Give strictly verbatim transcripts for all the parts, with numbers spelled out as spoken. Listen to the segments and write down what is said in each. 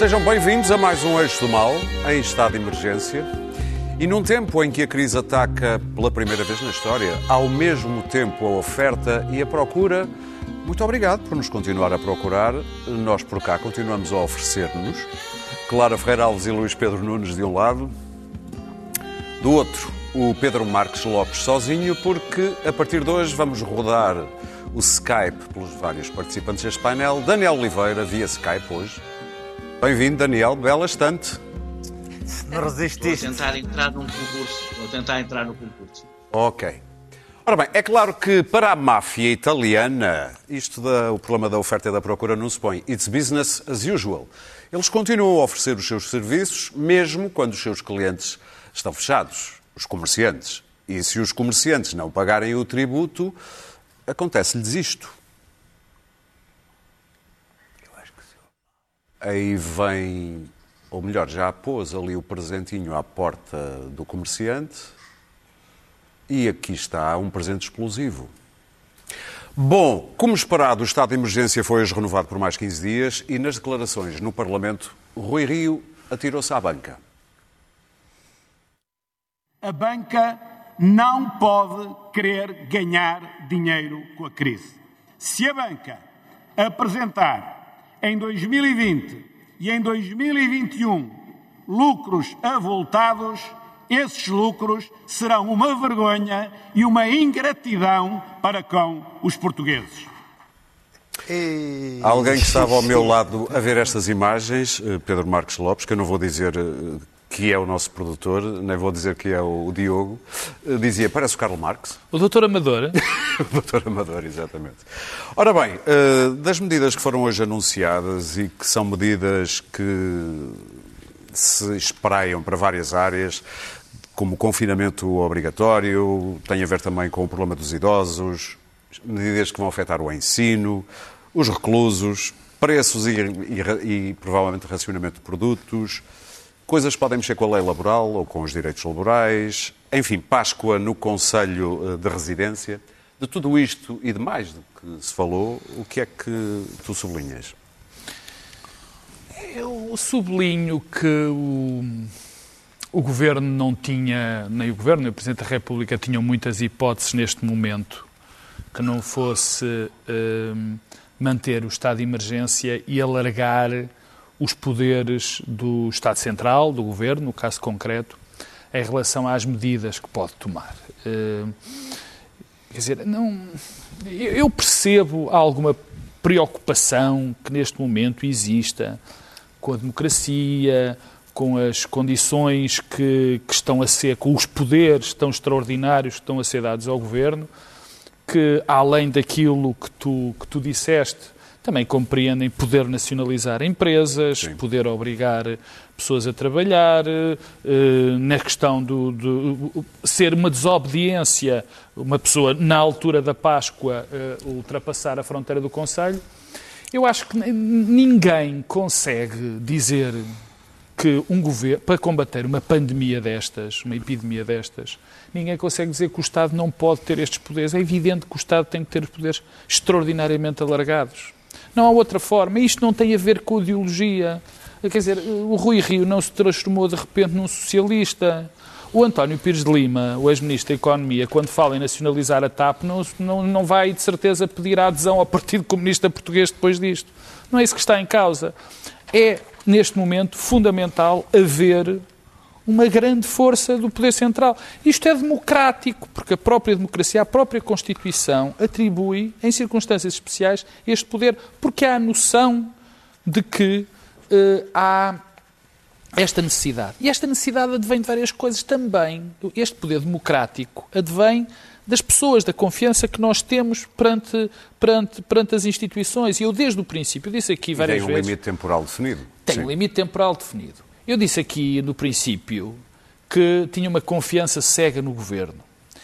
Sejam bem-vindos a mais um Eixo do Mal, em estado de emergência. E num tempo em que a crise ataca pela primeira vez na história, ao mesmo tempo a oferta e a procura, muito obrigado por nos continuar a procurar. Nós por cá continuamos a oferecer-nos. Clara Ferreira Alves e Luís Pedro Nunes de um lado. Do outro, o Pedro Marques Lopes sozinho, porque a partir de hoje vamos rodar o Skype pelos vários participantes deste painel. Daniel Oliveira, via Skype hoje. Bem-vindo, Daniel. Bela estante. Não resististe. Vou tentar entrar num concurso. Vou tentar entrar no concurso. Ok. Ora bem, é claro que para a máfia italiana, isto da, o problema da oferta e da procura não se põe. It's business as usual. Eles continuam a oferecer os seus serviços, mesmo quando os seus clientes estão fechados, os comerciantes. E se os comerciantes não pagarem o tributo, acontece-lhes isto. Aí vem, ou melhor, já pôs ali o presentinho à porta do comerciante e aqui está um presente explosivo. Bom, como esperado, o estado de emergência foi hoje renovado por mais quinze dias e nas declarações no Parlamento, Rui Rio atirou-se à banca. A banca não pode querer ganhar dinheiro com a crise. Se a banca apresentar em dois mil e vinte e em dois mil e vinte e um lucros avultados, esses lucros serão uma vergonha e uma ingratidão para com os portugueses. E... Alguém que estava ao meu lado a ver estas imagens, Pedro Marques Lopes, que eu não vou dizer que é o nosso produtor, nem vou dizer que é o Diogo, dizia, parece o Karl Marx. O doutor Amador. O doutor Amador, exatamente. Ora bem, das medidas que foram hoje anunciadas e que são medidas que se espraiam para várias áreas, como o confinamento obrigatório, tem a ver também com o problema dos idosos, medidas que vão afetar o ensino, os reclusos, preços e, e, e provavelmente racionamento de produtos. Coisas que podem mexer com a lei laboral ou com os direitos laborais. Enfim, Páscoa no Conselho de Residência. De tudo isto e de mais do que se falou, o que é que tu sublinhas? Eu sublinho que o, o Governo não tinha, nem o Governo nem o Presidente da República tinham muitas hipóteses neste momento que não fosse uh, manter o estado de emergência e alargar os poderes do Estado Central, do Governo, no caso concreto, em relação às medidas que pode tomar. Uh, quer dizer, não, eu percebo alguma preocupação que neste momento exista com a democracia, com as condições que, que estão a ser, com os poderes tão extraordinários que estão a ser dados ao Governo, que além daquilo que tu, que tu disseste, também compreendem poder nacionalizar empresas, Sim. poder obrigar pessoas a trabalhar, eh, na questão do, do ser uma desobediência, uma pessoa na altura da Páscoa eh, ultrapassar a fronteira do Conselho. Eu acho que ninguém consegue dizer que um governo, para combater uma pandemia destas, uma epidemia destas, ninguém consegue dizer que o Estado não pode ter estes poderes. É evidente que o Estado tem que ter os poderes extraordinariamente alargados. Não há outra forma. Isto não tem a ver com ideologia. Quer dizer, o Rui Rio não se transformou de repente num socialista. O António Pires de Lima, o ex-ministro da Economia, quando fala em nacionalizar a TAP, não, não, não vai de certeza pedir a adesão ao Partido Comunista Português depois disto. Não é isso que está em causa. É, neste momento, fundamental haver uma grande força do poder central. Isto é democrático, porque a própria democracia, a própria Constituição, atribui, em circunstâncias especiais, este poder, porque há a noção de que uh, há esta necessidade. E esta necessidade advém de várias coisas também. Este poder democrático advém das pessoas, da confiança que nós temos perante, perante, perante as instituições. E eu, desde o princípio, disse aqui várias vezes... E tem um limite temporal definido. Tem Sim. um limite temporal definido. Eu disse aqui, no princípio, que tinha uma confiança cega no Governo.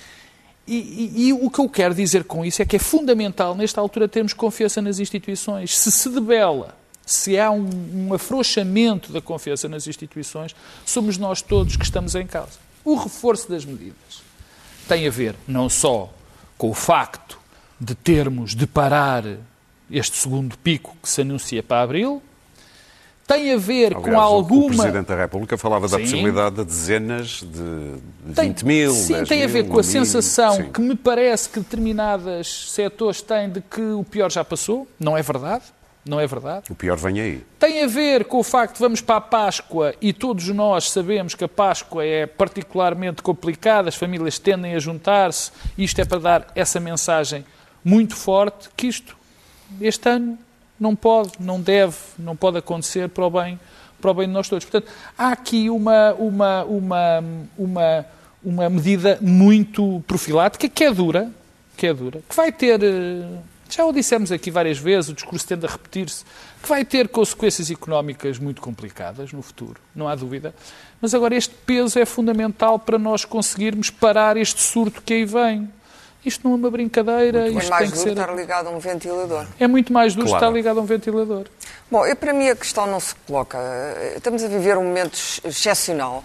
E, e, e o que eu quero dizer com isso é que é fundamental, nesta altura, termos confiança nas instituições. Se se debela, se há um, um afrouxamento da confiança nas instituições, somos nós todos que estamos em causa. O reforço das medidas tem a ver não só com o facto de termos de parar este segundo pico que se anuncia para abril, tem a ver Aliás, com alguma... o Presidente da República falava da Sim. possibilidade de dezenas de Tem, vinte mil, sim, dez tem a ver mil, com a um sensação mínimo. que me parece que determinados setores têm de que o pior já passou. Não é verdade. Não é verdade. O pior vem aí. Tem a ver com o facto de vamos para a Páscoa e todos nós sabemos que a Páscoa é particularmente complicada, as famílias tendem a juntar-se, isto é para dar essa mensagem muito forte que isto, este ano, não pode, não deve, não pode acontecer para o bem, para o bem de nós todos. Portanto, há aqui uma, uma, uma, uma, uma medida muito profilática, que é dura, que é dura, que vai ter... Já o dissemos aqui várias vezes, o discurso tende a repetir-se, que vai ter consequências económicas muito complicadas no futuro, não há dúvida. Mas agora este peso é fundamental para nós conseguirmos parar este surto que aí vem. Isto não é uma brincadeira, É isto mais tem que duro ser... estar ligado a um ventilador. É muito mais duro Claro. estar ligado a um ventilador. Bom, eu, para mim a questão não se coloca. Estamos a viver um momento ex- excepcional,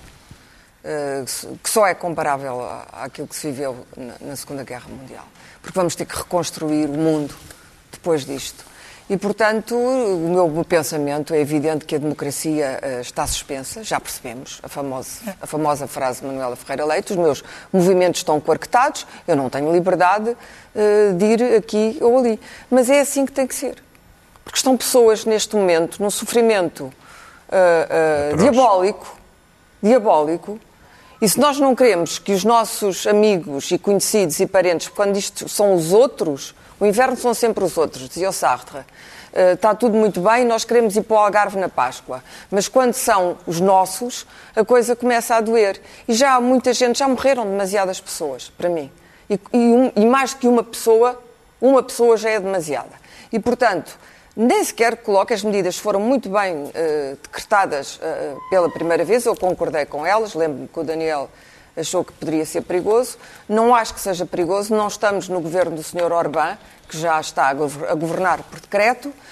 eh, que só é comparável à- àquilo que se viveu na, na Segunda Guerra Mundial. Porque vamos ter que reconstruir o mundo depois disto. E, portanto, o meu, o meu pensamento é evidente que a democracia eh, está suspensa, já percebemos, a famosa, a famosa frase de Manuela Ferreira Leite, os meus movimentos estão coartados, eu não tenho liberdade eh, de ir aqui ou ali. Mas é assim que tem que ser. Porque estão pessoas, neste momento, num sofrimento uh, uh, diabólico, diabólico, e se nós não queremos que os nossos amigos e conhecidos e parentes, quando isto são os outros, o inverno são sempre os outros, dizia o Sartre, uh, está tudo muito bem, nós queremos ir para o Algarve na Páscoa, mas quando são os nossos, a coisa começa a doer. E já há muita gente, já morreram demasiadas pessoas, para mim. E, e, um, e mais que uma pessoa, uma pessoa já é demasiada. E, portanto, nem sequer coloco, as medidas foram muito bem uh, decretadas uh, pela primeira vez, eu concordei com elas, lembro-me que o Daniel achou que poderia ser perigoso, não acho que seja perigoso, não estamos no governo do senhor Orbán, que já está a governar por decreto, uh,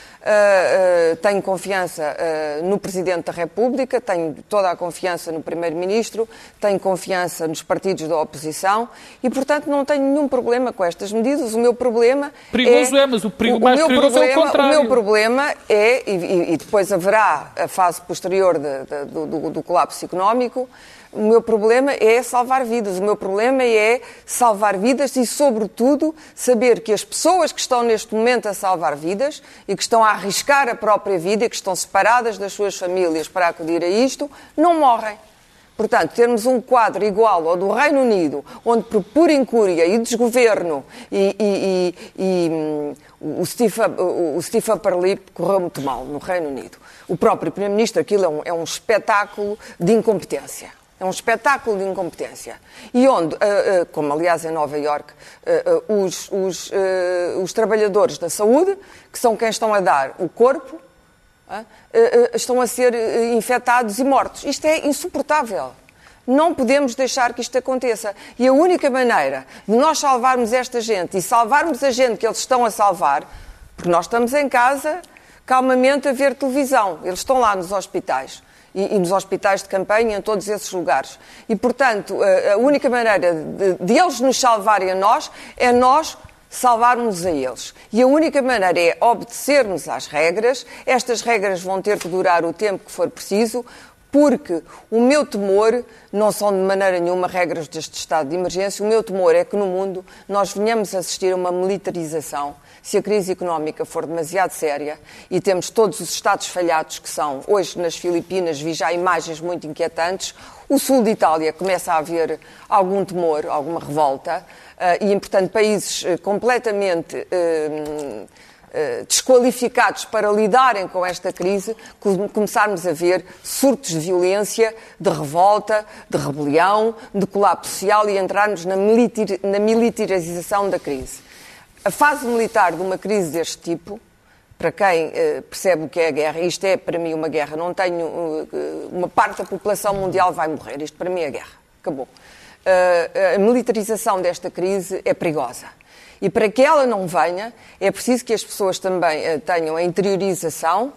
uh, tenho confiança uh, no Presidente da República, tenho toda a confiança no Primeiro-Ministro, tenho confiança nos partidos da oposição e, portanto, não tenho nenhum problema com estas medidas. O meu problema Perigoso é... é, mas o perigo o, mais o meu perigoso problema, é o contrário. O meu problema é, e, e depois haverá a fase posterior de, de, do, do, do colapso económico, o meu problema é salvar vidas, o meu problema é salvar vidas e, sobretudo, saber que as pessoas que estão neste momento a salvar vidas e que estão a arriscar a própria vida e que estão separadas das suas famílias para acudir a isto, não morrem. Portanto, termos um quadro igual ao do Reino Unido, onde por pura incúria e desgoverno e, e, e, e um, o Steve, o, o Steve Upper Lip correu muito mal no Reino Unido. O próprio Primeiro-Ministro, aquilo é um, é um espetáculo de incompetência. É um espetáculo de incompetência. E onde, uh, uh, como aliás em Nova Iorque, uh, uh, os, os, uh, os trabalhadores da saúde, que são quem estão a dar o corpo, uh, uh, estão a ser uh, infectados e mortos. Isto é insuportável. Não podemos deixar que isto aconteça. E a única maneira de nós salvarmos esta gente e salvarmos a gente que eles estão a salvar, porque nós estamos em casa, calmamente a ver televisão. Eles estão lá nos hospitais. E, e nos hospitais de campanha, em todos esses lugares. E, portanto, a, a única maneira de, de eles nos salvarem a nós é nós salvarmos a eles. E a única maneira é obedecermos às regras. Estas regras vão ter que durar o tempo que for preciso, porque o meu temor não são de maneira nenhuma regras deste estado de emergência. O meu temor é que no mundo nós venhamos a assistir a uma militarização. Se a crise económica for demasiado séria e temos todos os Estados falhados que são, hoje nas Filipinas vi já imagens muito inquietantes, o sul de Itália começa a haver algum temor, alguma revolta, uh, e, portanto, países uh, completamente uh, uh, desqualificados para lidarem com esta crise, começarmos a ver surtos de violência, de revolta, de rebelião, de colapso social e entrarmos na, militar, na militarização da crise. A fase militar de uma crise deste tipo, para quem uh, percebe o que é a guerra, isto é para mim uma guerra, não tenho, uh, uma parte da população mundial vai morrer, isto para mim é guerra, acabou. Uh, a militarização desta crise é perigosa. E para que ela não venha, é preciso que as pessoas também uh, tenham a interiorização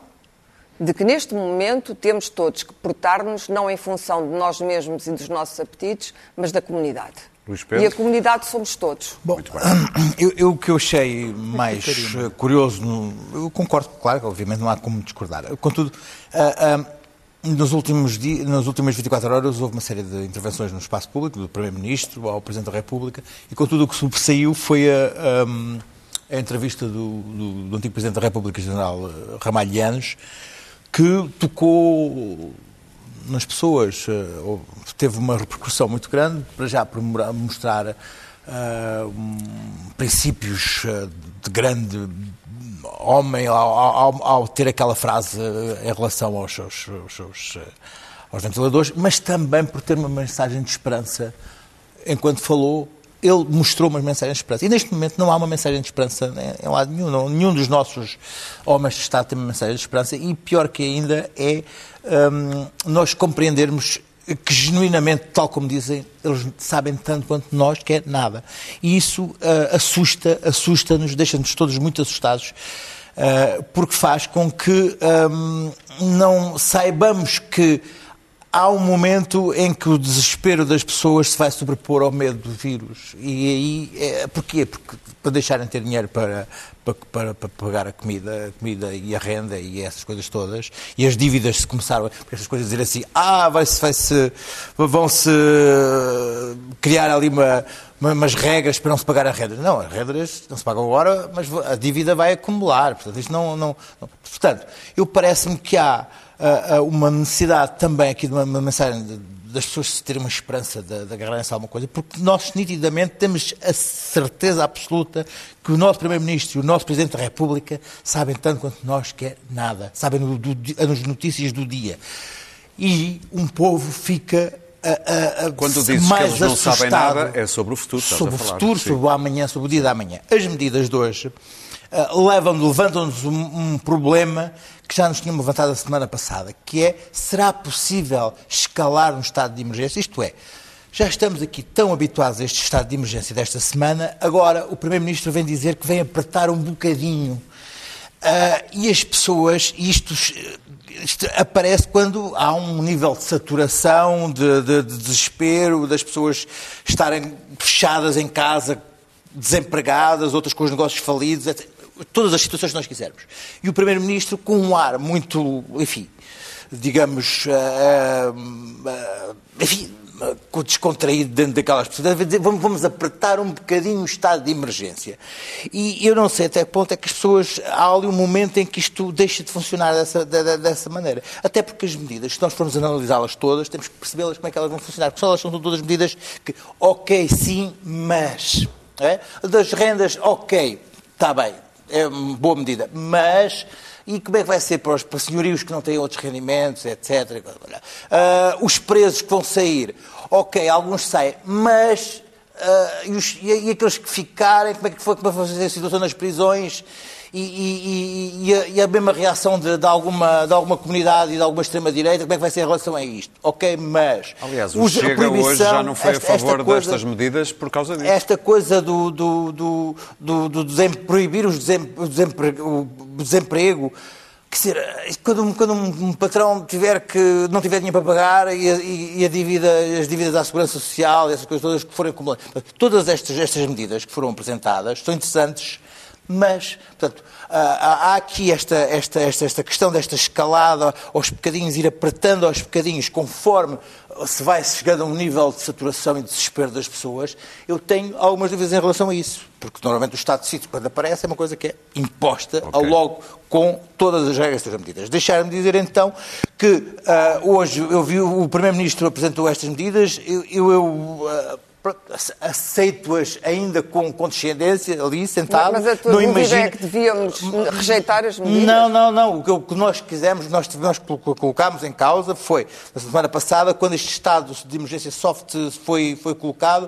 de que neste momento temos todos que portar-nos não em função de nós mesmos e dos nossos apetites, mas da comunidade. Luís Pedro. E a comunidade somos todos. Bom, eu, eu o que eu achei mais uh, curioso, no, eu concordo, claro, que obviamente não há como discordar. Contudo, uh, uh, nos últimos dias, nas últimas vinte e quatro horas houve uma série de intervenções no espaço público, do Primeiro-Ministro ao Presidente da República, e contudo o que sobressaiu foi a, um, a entrevista do, do, do antigo Presidente da República, General Ramalhianos, que tocou nas pessoas, teve uma repercussão muito grande, para já por mostrar uh, um, princípios de grande homem ao, ao, ao ter aquela frase em relação aos seus, aos, seus, aos ventiladores, mas também por ter uma mensagem de esperança. Enquanto falou, ele mostrou uma mensagem de esperança. E neste momento não há uma mensagem de esperança em lado nenhum. Não, nenhum dos nossos homens de Estado tem uma mensagem de esperança. E pior que ainda é um, nós compreendermos que genuinamente, tal como dizem, eles sabem tanto quanto nós que é nada. E isso uh, assusta, assusta-nos, deixa-nos todos muito assustados, uh, porque faz com que um, não saibamos que há um momento em que o desespero das pessoas se vai sobrepor ao medo do vírus. E aí, é, porquê? Porque para deixarem de ter dinheiro para, para, para, para pagar a comida, a comida e a renda e essas coisas todas, e as dívidas se começaram, porque essas coisas dizer assim, ah, vai-se, vai-se, vão-se criar ali uma, uma, umas regras para não se pagar a renda. Não, as regras não se pagam agora, mas a dívida vai acumular. Portanto, isto não, não, não. Portanto, eu parece-me que há uh, uma necessidade também aqui de uma, uma mensagem de, das pessoas terem uma esperança de, de agarrarem-se a alguma coisa, porque nós nitidamente temos a certeza absoluta que o nosso Primeiro-Ministro e o nosso Presidente da República sabem tanto quanto nós que é nada, sabem no, do, as notícias do dia. E um povo fica a, a, a Quando dizes mais que eles não sabem nada, é sobre o futuro. Sobre o futuro, sim. Sobre o amanhã, sobre o dia da amanhã. As medidas de hoje uh, levam, levantam-nos um, um problema que já nos tínhamos levantado a semana passada, que é, será possível escalar um estado de emergência? Isto é, já estamos aqui tão habituados a este estado de emergência desta semana, agora o Primeiro-Ministro vem dizer que vem apertar um bocadinho. Uh, e as pessoas, isto, isto aparece quando há um nível de saturação, de, de, de desespero, das pessoas estarem fechadas em casa, desempregadas, outras com os negócios falidos, etcétera. Todas as situações que nós quisermos. E o Primeiro-Ministro, com um ar muito, enfim, digamos, uh, uh, enfim, uh, descontraído dentro daquelas pessoas, deve dizer, vamos, vamos apertar um bocadinho o estado de emergência. E eu não sei até que ponto é que as pessoas, há ali um momento em que isto deixa de funcionar dessa, de, dessa maneira. Até porque as medidas, se nós formos analisá-las todas, temos que percebê-las como é que elas vão funcionar, porque só elas são todas medidas que, ok, sim, mas, é? Das rendas, ok, está bem. É uma boa medida, mas e como é que vai ser para os para senhorios que não têm outros rendimentos, etcétera. Uh, os presos que vão sair, ok, alguns saem, mas uh, e, os, e, e aqueles que ficarem, como é que foi, como vai fazer a situação nas prisões e, e, e, a, e a mesma reação de, de, alguma, de alguma comunidade e de alguma extrema-direita, como é que vai ser em relação a isto? Ok, mas... Aliás, o Chega hoje já não foi esta, a favor coisa, destas medidas por causa disso. Esta coisa do, do, do, do, do desem, proibir os desem, o, desemprego, o desemprego, que ser, quando, quando um patrão tiver que, não tiver dinheiro para pagar e, e, e a dívida, as dívidas à segurança social e essas coisas todas que forem acumuladas. Todas estas, estas medidas que foram apresentadas são interessantes, mas, portanto, há aqui esta, esta, esta, esta questão desta escalada aos bocadinhos, ir apertando aos bocadinhos conforme se vai chegando a um nível de saturação e de desespero das pessoas. Eu tenho algumas dúvidas em relação a isso, porque normalmente o estado de sítio, quando aparece, é uma coisa que é imposta okay. ao logo com todas as regras das medidas. Deixaram-me dizer então que uh, hoje eu vi o Primeiro-Ministro apresentou estas medidas, eu... eu, eu uh, aceito-as ainda com condescendência ali, sentado. Mas a tua não dúvida imagino... é que devíamos rejeitar as medidas? Não, não, não. O que nós quisemos, nós, nós colocámos em causa foi, na semana passada, quando este estado de emergência soft foi, foi colocado,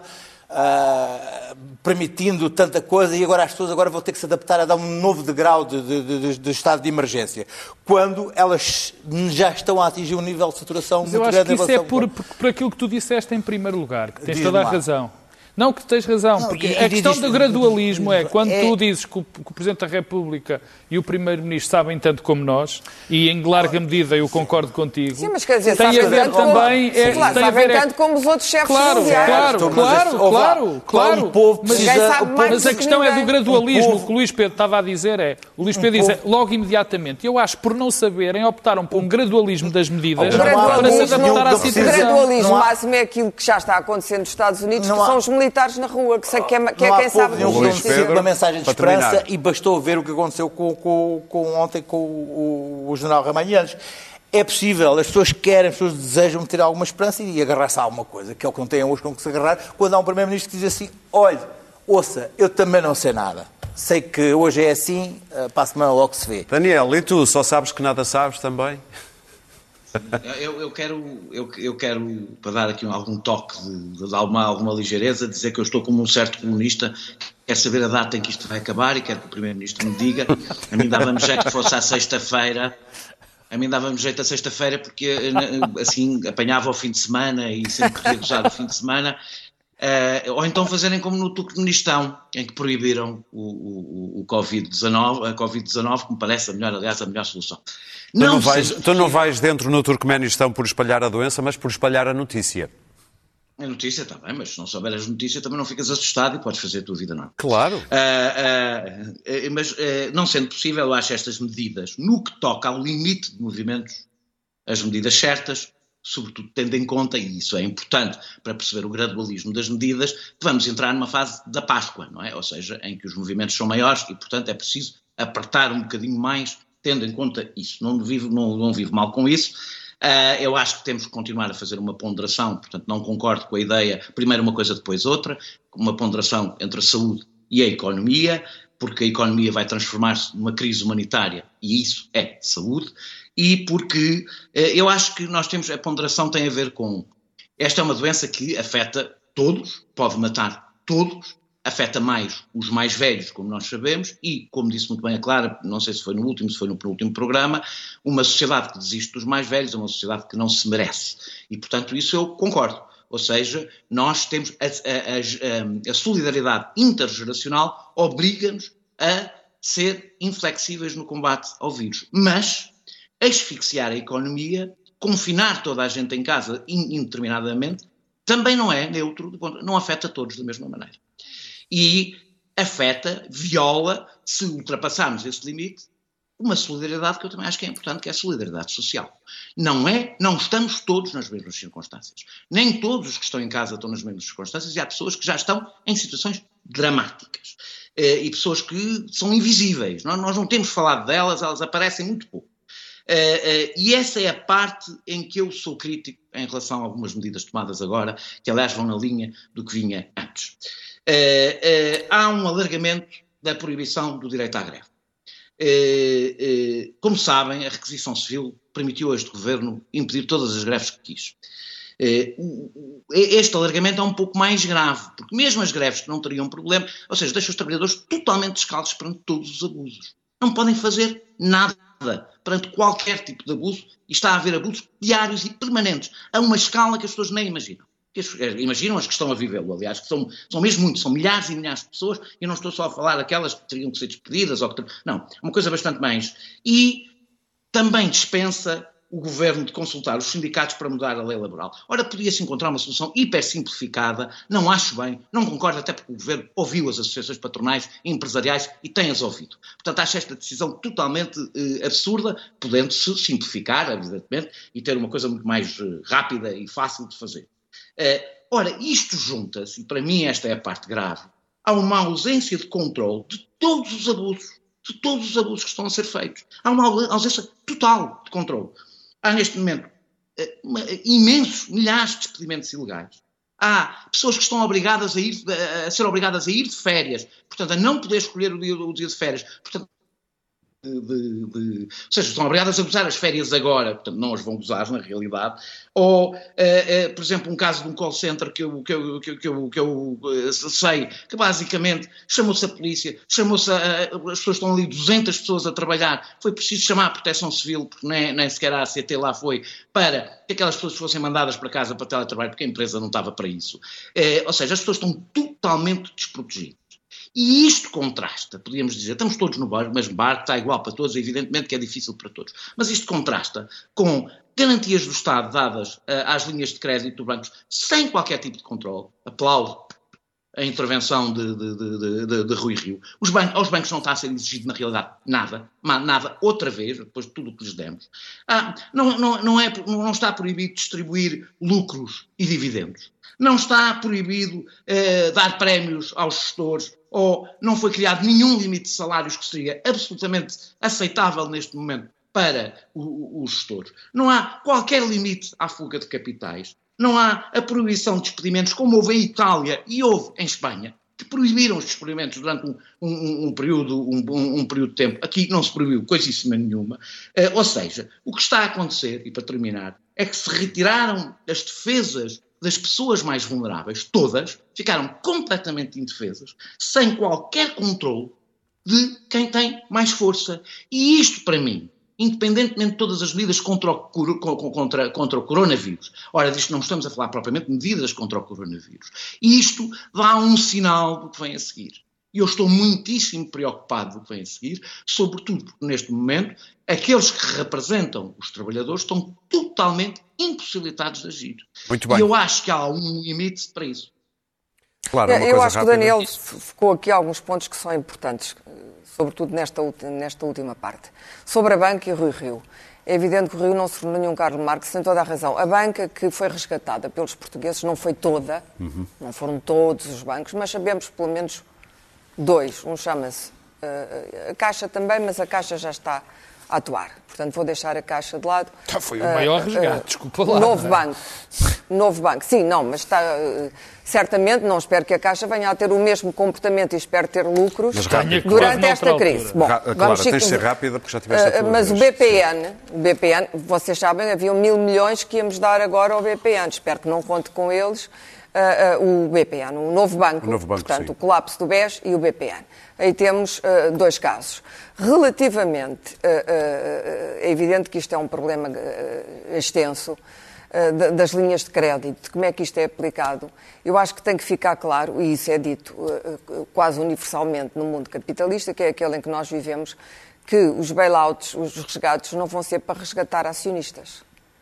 uh, permitindo tanta coisa, e agora as pessoas agora vão ter que se adaptar a dar um novo degrau de, de, de, de estado de emergência, quando elas já estão a atingir um nível de saturação Mas muito eu grande. acho que isso é por, por, por aquilo que tu disseste em primeiro lugar, que tens toda a razão. Não, que tens razão, Não, porque e- a e questão diz- do gradualismo é, quando é- tu dizes que o, que o Presidente da República e o Primeiro-Ministro sabem tanto como nós, e em larga medida eu concordo contigo, Sim, mas quer dizer, tem a sabem ver tanto como- também... É, Claro, tem a sabem ver é- tanto como os outros chefes Claro, mundiais. claro, Mas claro, esse- ouve lá, claro, claro. o povo Mas, precisa- Ninguém sabe o povo- mais mas a do que questão é do ninguém. gradualismo. O povo- O que o Luís Pedro estava a dizer é, o Luís Pedro diz é, logo imediatamente. Eu acho que por não saberem, optaram por um gradualismo das medidas O Não há- para se gradualismo, adaptar à não o precisa- situação. gradualismo Não há- máximo é aquilo que já está acontecendo nos Estados Unidos, Não que há- são os militares na rua, que, sei que é, que é Não há quem sabe povo nenhum dos Luís que notícias. Pedro, uma mensagem de para esperança terminar. e bastou ver o que aconteceu com, com, com ontem com o, o, o general Ramalhianos. É possível, as pessoas querem, as pessoas desejam ter alguma esperança e agarrar-se a alguma coisa, que é o que não têm hoje com que se agarrar, quando há um Primeiro-Ministro que diz assim, olha, ouça, eu também não sei nada. Sei que hoje é assim, eh, para a semana logo se vê. Daniel, e tu? Só sabes que nada sabes também? Eu, eu quero, eu, eu quero, para dar aqui algum toque de, de alguma, alguma ligeireza, dizer que eu estou como um certo comunista, quer saber a data em que isto vai acabar e quero que o Primeiro-Ministro me diga. A mim dava-me jeito que fosse à sexta-feira, a mim dava-me jeito a sexta-feira porque assim apanhava o fim de semana e sempre podia gozar o fim de semana. Uh, ou então fazerem como no Turcomenistão, em que proibiram o, o, o covid dezanove, a covid dezanove, que me parece a melhor, aliás, a melhor solução. Tu não, Não vais, sei- tu não vais dentro no Turcomenistão por espalhar a doença, mas por espalhar a notícia. A notícia está bem, mas se não souber as notícias também não ficas assustado e podes fazer a tua vida normal. Claro. Ah, ah, ah, mas ah, não sendo possível, eu acho estas medidas, no que toca ao limite de movimentos, as medidas certas, sobretudo tendo em conta, e isso é importante para perceber o gradualismo das medidas, que vamos entrar numa fase da Páscoa, não é? Ou seja, em que os movimentos são maiores e, portanto, é preciso apertar um bocadinho mais, tendo em conta isso. Não vivo, não, não vivo mal com isso. Uh, eu acho que temos que continuar a fazer uma ponderação, portanto não concordo com a ideia, primeiro uma coisa, depois outra, uma ponderação entre a saúde e a economia, porque a economia vai transformar-se numa crise humanitária e isso é saúde, e porque uh, eu acho que nós temos, a ponderação tem a ver com, esta é uma doença que afeta todos, pode matar todos, afeta mais os mais velhos, como nós sabemos, e, como disse muito bem a Clara, não sei se foi no último, se foi no penúltimo programa, uma sociedade que desiste dos mais velhos é uma sociedade que não se merece. E, portanto, isso eu concordo. Ou seja, nós temos a, a, a, a solidariedade intergeracional obriga-nos a ser inflexíveis no combate ao vírus. Mas asfixiar a economia, confinar toda a gente em casa indeterminadamente, também não é neutro, não afeta todos da mesma maneira. E afeta, viola, se ultrapassarmos esse limite, uma solidariedade que eu também acho que é importante, que é a solidariedade social. Não é, não estamos todos nas mesmas circunstâncias. Nem todos os que estão em casa estão nas mesmas circunstâncias e há pessoas que já estão em situações dramáticas. E pessoas que são invisíveis. Nós não temos falado delas, elas aparecem muito pouco. E essa é a parte em que eu sou crítico em relação a algumas medidas tomadas agora, que aliás vão na linha do que vinha antes. Uh, uh, há um alargamento da proibição do direito à greve. Uh, uh, como sabem, a requisição civil permitiu a este governo impedir todas as greves que quis. Uh, este alargamento é um pouco mais grave, porque mesmo as greves que não teriam problema, ou seja, deixa os trabalhadores totalmente descalços perante todos os abusos. Não podem fazer nada perante qualquer tipo de abuso e está a haver abusos diários e permanentes, a uma escala que as pessoas nem imaginam. Imaginam as que estão a vivê-lo, aliás, que são, são mesmo muitos, são milhares e milhares de pessoas, e eu não estou só a falar daquelas que teriam que ser despedidas, ou que, não, uma coisa bastante mais. E também dispensa o governo de consultar os sindicatos para mudar a lei laboral. Ora, podia-se encontrar uma solução hiper simplificada, não acho bem, não concordo, até porque o governo ouviu as associações patronais e empresariais e tem-as ouvido. Portanto, acho esta decisão totalmente eh, absurda, podendo-se simplificar, evidentemente, e ter uma coisa muito mais eh, rápida e fácil de fazer. Uh, ora, isto junta-se, e para mim esta é a parte grave, há uma ausência de controle de todos os abusos, de todos os abusos que estão a ser feitos. Há uma ausência total de controle. Há neste momento uh, uma, imensos, milhares de despedimentos ilegais. Há pessoas que estão obrigadas a, ir, a ser obrigadas a ir de férias, portanto, a não poder escolher o dia, o dia de férias. Portanto, de, de, de... Ou seja, estão obrigadas a gozar as férias agora, portanto não as vão gozar na realidade. Ou, uh, uh, por exemplo, um caso de um call center que eu, que eu, que eu, que eu, que eu uh, sei, que basicamente chamou-se a polícia, chamou-se a, uh, as pessoas estão ali, duzentas pessoas a trabalhar, foi preciso chamar a Proteção Civil, porque nem, nem sequer a A C T lá foi, para que aquelas pessoas fossem mandadas para casa para teletrabalho, porque a empresa não estava para isso. Uh, ou seja, as pessoas estão totalmente desprotegidas. E isto contrasta, podíamos dizer, estamos todos no mesmo barco, está igual para todos, evidentemente que é difícil para todos, mas isto contrasta com garantias do Estado dadas uh, às linhas de crédito dos bancos sem qualquer tipo de controle. Aplaudo a intervenção de, de, de, de, de Rui Rio. Os bancos, aos bancos não está a ser exigido, na realidade, nada, nada, outra vez, depois de tudo o que lhes demos. Ah, não, não, não, é, não está proibido distribuir lucros e dividendos. Não está proibido uh, dar prémios aos gestores, ou não foi criado nenhum limite de salários que seria absolutamente aceitável neste momento para os gestores. Não há qualquer limite à fuga de capitais. Não há a proibição de despedimentos, como houve em Itália e houve em Espanha, que proibiram os despedimentos durante um, um, um, período, um, um, um período de tempo. Aqui não se proibiu coisíssima nenhuma. Uh, ou seja, o que está a acontecer, e para terminar, é que se retiraram as defesas das pessoas mais vulneráveis, todas, ficaram completamente indefesas, sem qualquer controle de quem tem mais força. E isto, para mim, independentemente de todas as medidas contra o, contra, contra o coronavírus, ora, disto não estamos a falar propriamente de medidas contra o coronavírus, isto dá um sinal do que vem a seguir. E eu estou muitíssimo preocupado do que vem a seguir, sobretudo porque neste momento aqueles que representam os trabalhadores estão totalmente impossibilitados de agir. Muito bem. E eu acho que há um limite para isso. Claro, é uma eu coisa acho rápida. que o Daniel focou aqui alguns pontos que são importantes, sobretudo nesta, nesta última parte. Sobre a banca e Rui Rio. É evidente que o Rio não se tornou nenhum Carlos Marx, tem toda a razão. A banca que foi resgatada pelos portugueses não foi toda, uhum. não foram todos os bancos, mas sabemos pelo menos dois. Um chama-se uh, a Caixa também, mas a Caixa já está a atuar. Portanto, vou deixar a Caixa de lado. Tá, foi o maior uh, resgate, uh, desculpa lá. Novo banco. Novo banco. Sim, não, mas está... Uh, certamente, não espero que a Caixa venha a ter o mesmo comportamento e espero ter lucros durante esta crise. Bom, Ra claro, vamos tens de ser rápida porque já tiveste a uh, Mas o B P N, o B P N, vocês sabem, havia mil milhões que íamos dar agora ao B P N. Espero que não conte com eles. Uh, uh, o B P N, o novo banco, o novo banco portanto, sim. o colapso do B E S e o B P N. Aí temos uh, dois casos. Relativamente, uh, uh, é evidente que isto é um problema uh, extenso, uh, das linhas de crédito, de como é que isto é aplicado. Eu acho que tem que ficar claro, e isso é dito uh, uh, quase universalmente no mundo capitalista, que é aquele em que nós vivemos, que os bailouts, os resgates, não vão ser para resgatar acionistas.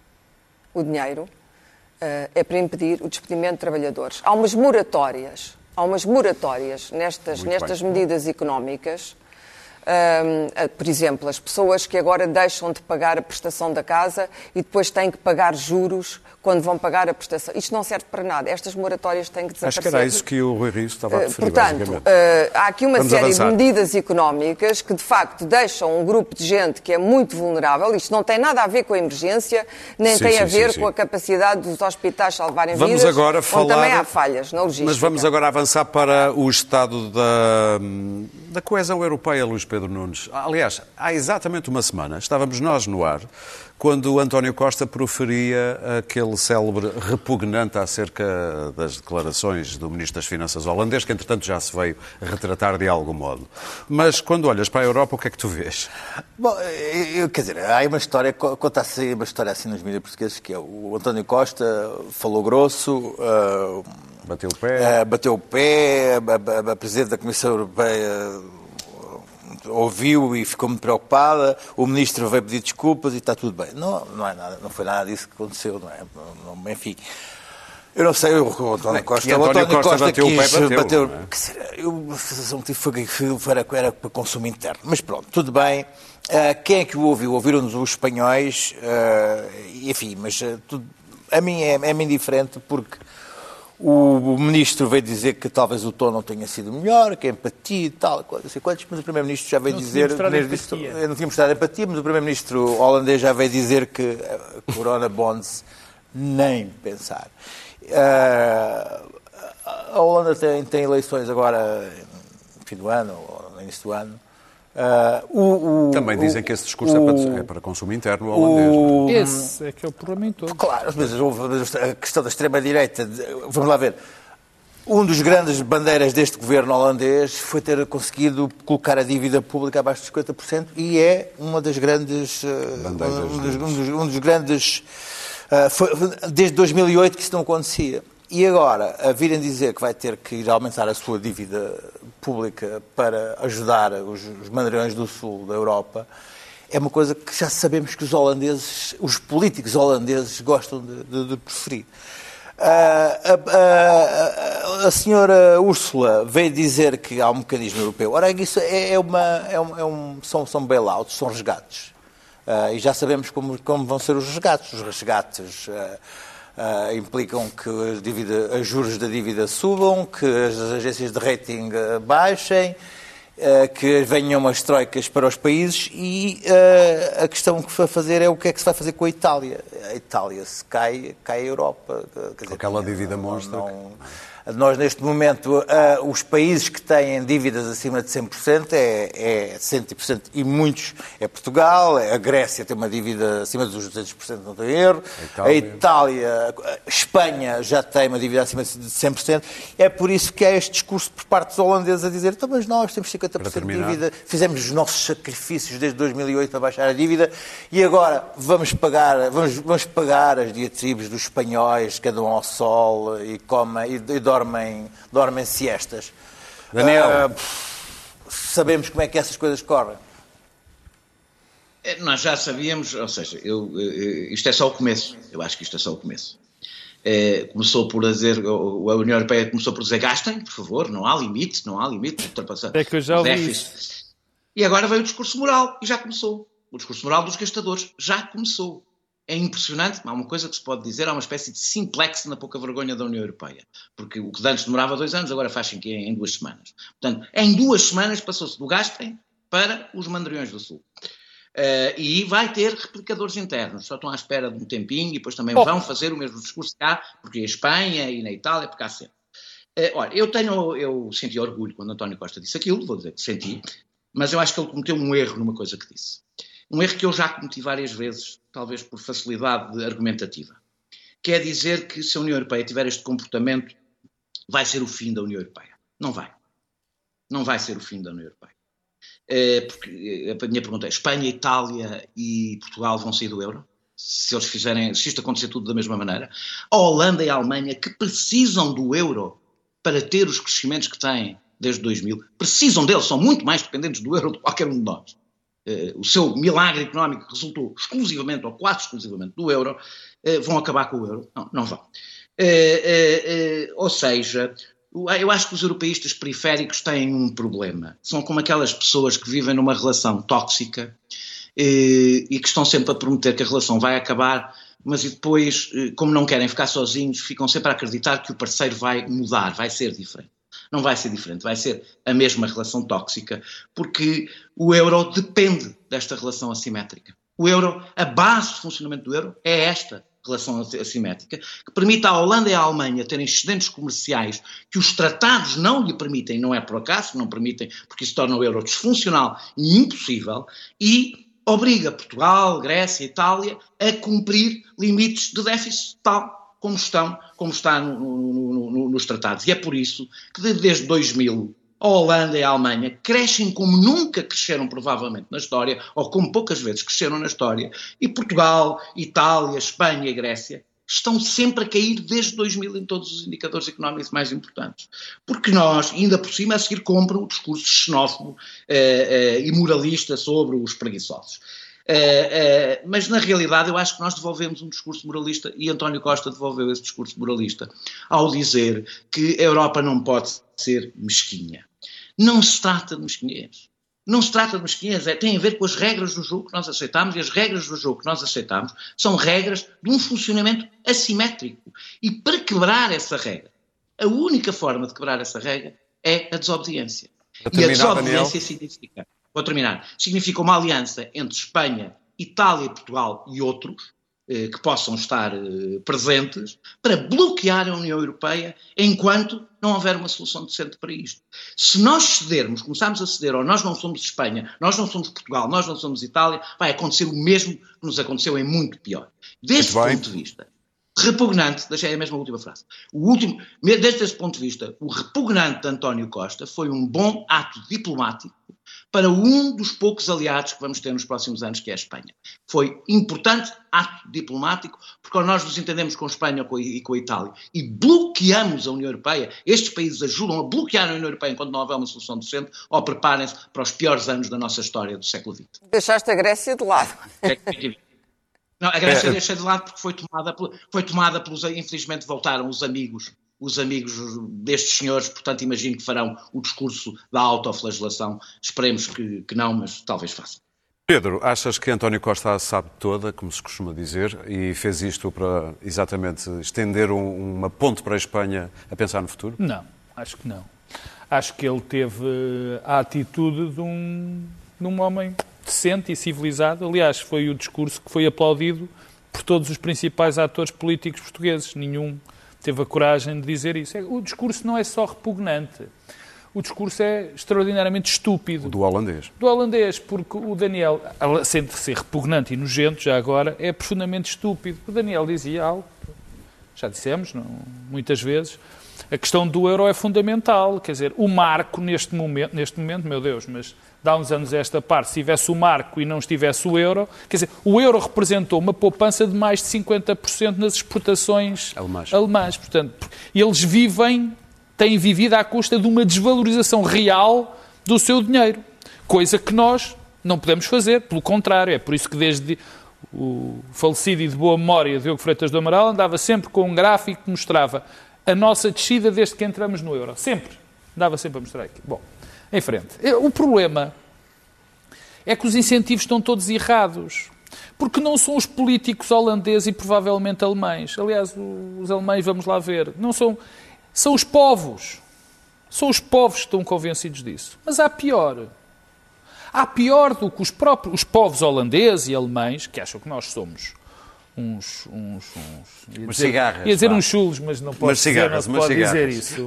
O dinheiro Uh, é para impedir o despedimento de trabalhadores. Há umas moratórias, há umas moratórias nestas, nestas medidas económicas. Uh, uh, por exemplo, as pessoas que agora deixam de pagar a prestação da casa e depois têm que pagar juros quando vão pagar a prestação. Isto não serve para nada. Estas moratórias têm que desaparecer. Acho que era isso que o Rui Rio estava a referir, uh, Portanto, uh, há aqui uma Vamos série avançar. de medidas económicas que, de facto, deixam um grupo de gente que é muito vulnerável. Isto não tem nada a ver com a emergência, nem sim, tem sim, a ver sim, com sim. a capacidade dos hospitais salvarem vamos vidas, agora onde falar... também há falhas na logística. Mas vamos agora avançar para o estado da, da coesão europeia, Luís Pedro Nunes. Aliás, há exatamente uma semana estávamos nós no ar quando o António Costa proferia aquele célebre repugnante acerca das declarações do Ministro das Finanças holandês, que entretanto já se veio retratar de algum modo. Mas quando olhas para a Europa, o que é que tu vês? Bom, eu, quer dizer, há uma história, conta-se uma história assim nos mídias portugueses, que é o António Costa falou grosso, uh, bateu o pé, uh, bateu o pé, a, a, a Presidente da Comissão Europeia ouviu e ficou muito preocupada, o Ministro veio pedir desculpas e está tudo bem. Não, não, é nada, não foi nada disso que aconteceu, não é? Não, não, enfim, eu não sei, o António Costa, e António o António Costa, Costa bateu quis, o pé, bateu, bateu não é? quer dizer, eu, a sensação que tive foi que era, era para consumo interno. Mas pronto, tudo bem. Uh, quem é que o ouviu? Ouviram-nos os espanhóis, uh, enfim, mas uh, tudo, a mim é, é-me indiferente porque o, o Ministro veio dizer que talvez o tom não tenha sido melhor, que a empatia e tal, não sei quantos, mas o Primeiro-Ministro já veio não dizer... Disse, eu não tinha mostrado empatia, mas o Primeiro-Ministro holandês já veio dizer que uh, Corona Bonds nem pensar. Uh, a Holanda tem, tem eleições agora no fim do ano, ou no início do ano, Uh, o, o, Também dizem o, que esse discurso o, é, para, é para consumo interno holandês. Esse é que é o problema todo. Claro, mas a questão da extrema-direita, vamos lá ver. Um dos grandes bandeiras deste governo holandês foi ter conseguido colocar a dívida pública abaixo dos cinquenta por cento e é uma das grandes... Bandeiras um, dos, um, dos, um dos grandes... Uh, foi, desde dois mil e oito que isso não acontecia. E agora, a virem dizer que vai ter que ir aumentar a sua dívida pública para ajudar os, os mandriões do sul da Europa, é uma coisa que já sabemos que os holandeses, os políticos holandeses gostam de, de, de preferir. Uh, a, a, a, a senhora Ursula veio dizer que há um mecanismo europeu. Ora, isso é, é uma, é um, é um, são, são bailouts, são resgates. Uh, e já sabemos como, como vão ser os resgates. Os resgates... Uh, Uh, implicam que as, dívida, as juros da dívida subam, que as agências de rating uh, baixem, uh, que venham umas troicas para os países e uh, a questão que se vai fazer é o que é que se vai fazer com a Itália. A Itália, se cai, cai a Europa. Quer dizer, aquela dívida monstra. Nós, neste momento, uh, os países que têm dívidas acima de cem por cento é, é cem por cento e muitos é Portugal, a Grécia tem uma dívida acima dos duzentos por cento, não estou em erro, a Itália. a Itália, a Espanha já tem uma dívida acima de cem por cento. É por isso que há este discurso por parte dos holandeses a dizer, então, mas nós temos cinquenta por cento de dívida, fizemos os nossos sacrifícios desde dois mil e oito para baixar a dívida e agora vamos pagar, vamos, vamos pagar as diatribes dos espanhóis que andam ao sol e comem e, e Dormem, dormem siestas. Daniel. Uh, sabemos como é que essas coisas correm. Nós já sabíamos, ou seja, eu, isto é só o começo. Eu acho que isto é só o começo. É, começou por dizer, a União Europeia começou por dizer gastem, por favor, não há limite, não há limite de ultrapassar é que eu já ouvi isso. E agora veio o discurso moral, e já começou. O discurso moral dos gastadores já começou. É impressionante, há uma coisa que se pode dizer, há uma espécie de simplex na pouca vergonha da União Europeia. Porque o que antes demorava dois anos, agora faz em, em duas semanas. Portanto, em duas semanas passou-se do gastem para os mandriões do Sul. Uh, e vai ter replicadores internos, só estão à espera de um tempinho e depois também oh. vão fazer o mesmo discurso cá, porque em Espanha e na Itália, porque há sempre. Uh, olha, eu tenho, eu senti orgulho quando António Costa disse aquilo, vou dizer que senti, mas eu acho que ele cometeu um erro numa coisa que disse. Um erro que eu já cometi várias vezes, talvez por facilidade argumentativa, que é dizer que se a União Europeia tiver este comportamento, vai ser o fim da União Europeia. Não vai. Não vai ser o fim da União Europeia. É, porque a minha pergunta é, Espanha, Itália e Portugal vão sair do euro? Se eles fizerem, se isto acontecer tudo da mesma maneira? A Holanda e a Alemanha, que precisam do euro para ter os crescimentos que têm desde dois mil, precisam dele, são muito mais dependentes do euro do que qualquer um de nós. Uh, o seu milagre económico resultou exclusivamente ou quase exclusivamente do euro, uh, vão acabar com o euro? Não, não vão. Uh, uh, uh, ou seja, eu acho que os europeístas periféricos têm um problema. São como aquelas pessoas que vivem numa relação tóxica uh, e que estão sempre a prometer que a relação vai acabar, mas depois, uh, como não querem ficar sozinhos, ficam sempre a acreditar que o parceiro vai mudar, vai ser diferente. Não vai ser diferente, vai ser a mesma relação tóxica, porque o euro depende desta relação assimétrica. O euro, a base de funcionamento do euro é esta relação assimétrica, que permite à Holanda e à Alemanha terem excedentes comerciais que os tratados não lhe permitem, não é por acaso, não permitem, porque isso torna o euro disfuncional e impossível, e obriga Portugal, Grécia, Itália a cumprir limites de déficit tal como estão, como está no, no, no, nos tratados. E é por isso que desde dois mil a Holanda e a Alemanha crescem como nunca cresceram provavelmente na história, ou como poucas vezes cresceram na história, e Portugal, Itália, Espanha e Grécia estão sempre a cair desde dois mil em todos os indicadores económicos mais importantes. Porque nós, ainda por cima, a seguir compram o discurso xenófobo eh, eh, e moralista sobre os preguiçosos. Uh, uh, mas na realidade eu acho que nós devolvemos um discurso moralista e António Costa devolveu esse discurso moralista ao dizer que a Europa não pode ser mesquinha. Não se trata de mesquinhez. Não se trata de mesquinhez, é, tem a ver com as regras do jogo que nós aceitamos, e as regras do jogo que nós aceitamos são regras de um funcionamento assimétrico. E para quebrar essa regra, a única forma de quebrar essa regra é a desobediência. E a desobediência significa... Vou terminar. Significa uma aliança entre Espanha, Itália, Portugal e outros, eh, que possam estar eh, presentes para bloquear a União Europeia enquanto não houver uma solução decente para isto. Se nós cedermos, começarmos a ceder, ou nós não somos Espanha, nós não somos Portugal, nós não somos Itália, vai acontecer o mesmo que nos aconteceu em muito pior. Desse ponto de vista, repugnante, deixei a mesma última frase, o último, desde esse ponto de vista, o repugnante de António Costa foi um bom ato diplomático para um dos poucos aliados que vamos ter nos próximos anos, que é a Espanha. Foi importante ato diplomático, porque nós nos entendemos com a Espanha e com a Itália e bloqueamos a União Europeia, estes países ajudam a bloquear a União Europeia enquanto não houver uma solução decente, ou preparem-se para os piores anos da nossa história do século vinte. Deixaste a Grécia de lado. Não, a Grécia é, deixei de lado porque foi tomada, foi tomada pelos, infelizmente voltaram os amigos, os amigos destes senhores, portanto imagino que farão o discurso da autoflagelação, esperemos que, que não, mas talvez façam. Pedro, achas que António Costa a sabe toda, como se costuma dizer, e fez isto para exatamente estender um, uma ponte para a Espanha a pensar no futuro? Não, acho que não. Acho que ele teve a atitude de um, de um homem decente e civilizado. Aliás, foi o discurso que foi aplaudido por todos os principais atores políticos portugueses. Nenhum teve a coragem de dizer isso. O discurso não é só repugnante. O discurso é extraordinariamente estúpido. O do holandês. Do holandês, porque o Daniel, sendo ser repugnante e nojento, já agora, é profundamente estúpido. O Daniel dizia algo, já dissemos, não, muitas vezes, a questão do euro é fundamental. Quer dizer, o marco neste momento, neste momento, meu Deus, mas de há uns anos a esta parte, se tivesse o marco e não estivesse o euro, quer dizer, o euro representou uma poupança de mais de cinquenta por cento nas exportações alemãs. alemãs. Portanto, eles vivem, têm vivido à custa de uma desvalorização real do seu dinheiro, coisa que nós não podemos fazer, pelo contrário. É por isso que desde o falecido e de boa memória Diogo Freitas do Amaral andava sempre com um gráfico que mostrava a nossa descida desde que entramos no euro. Sempre. Andava sempre a mostrar aqui. Bom, em frente. O problema é que os incentivos estão todos errados. Porque não são os políticos holandeses e provavelmente alemães. Aliás, os alemães, vamos lá ver, não são... São os povos. São os povos que estão convencidos disso. Mas há pior. Há pior do que os próprios os povos holandeses e alemães, que acham que nós somos uns... uns, uns ia dizer, cigarras. Ia dizer uns chulos, mas não pode, dizer, não pode dizer isso.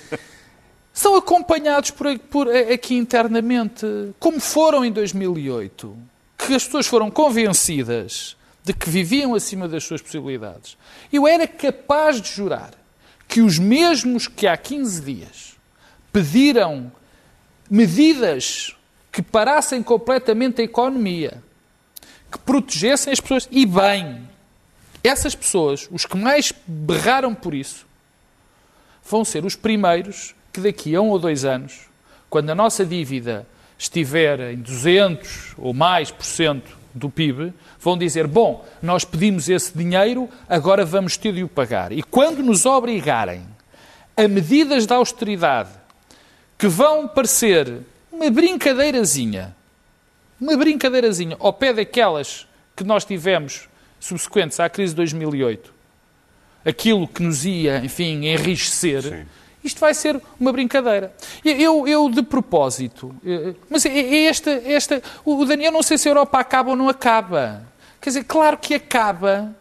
São acompanhados por, por aqui internamente, como foram em dois mil e oito, que as pessoas foram convencidas de que viviam acima das suas possibilidades. Eu era capaz de jurar que os mesmos que há quinze dias pediram medidas que parassem completamente a economia, que protegessem as pessoas, e bem, essas pessoas, os que mais berraram por isso, vão ser os primeiros que daqui a um ou dois anos, quando a nossa dívida estiver em duzentos ou mais por cento do P I B, vão dizer, bom, nós pedimos esse dinheiro, agora vamos ter de o pagar. E quando nos obrigarem a medidas de austeridade que vão parecer uma brincadeirazinha, uma brincadeirazinha ao pé daquelas que nós tivemos subsequentes à crise de dois mil e oito, aquilo que nos ia, enfim, enriquecer, sim, isto vai ser uma brincadeira. Eu, eu de propósito, mas é esta, esta, o Daniel, não sei se a Europa acaba ou não acaba. Quer dizer, claro que acaba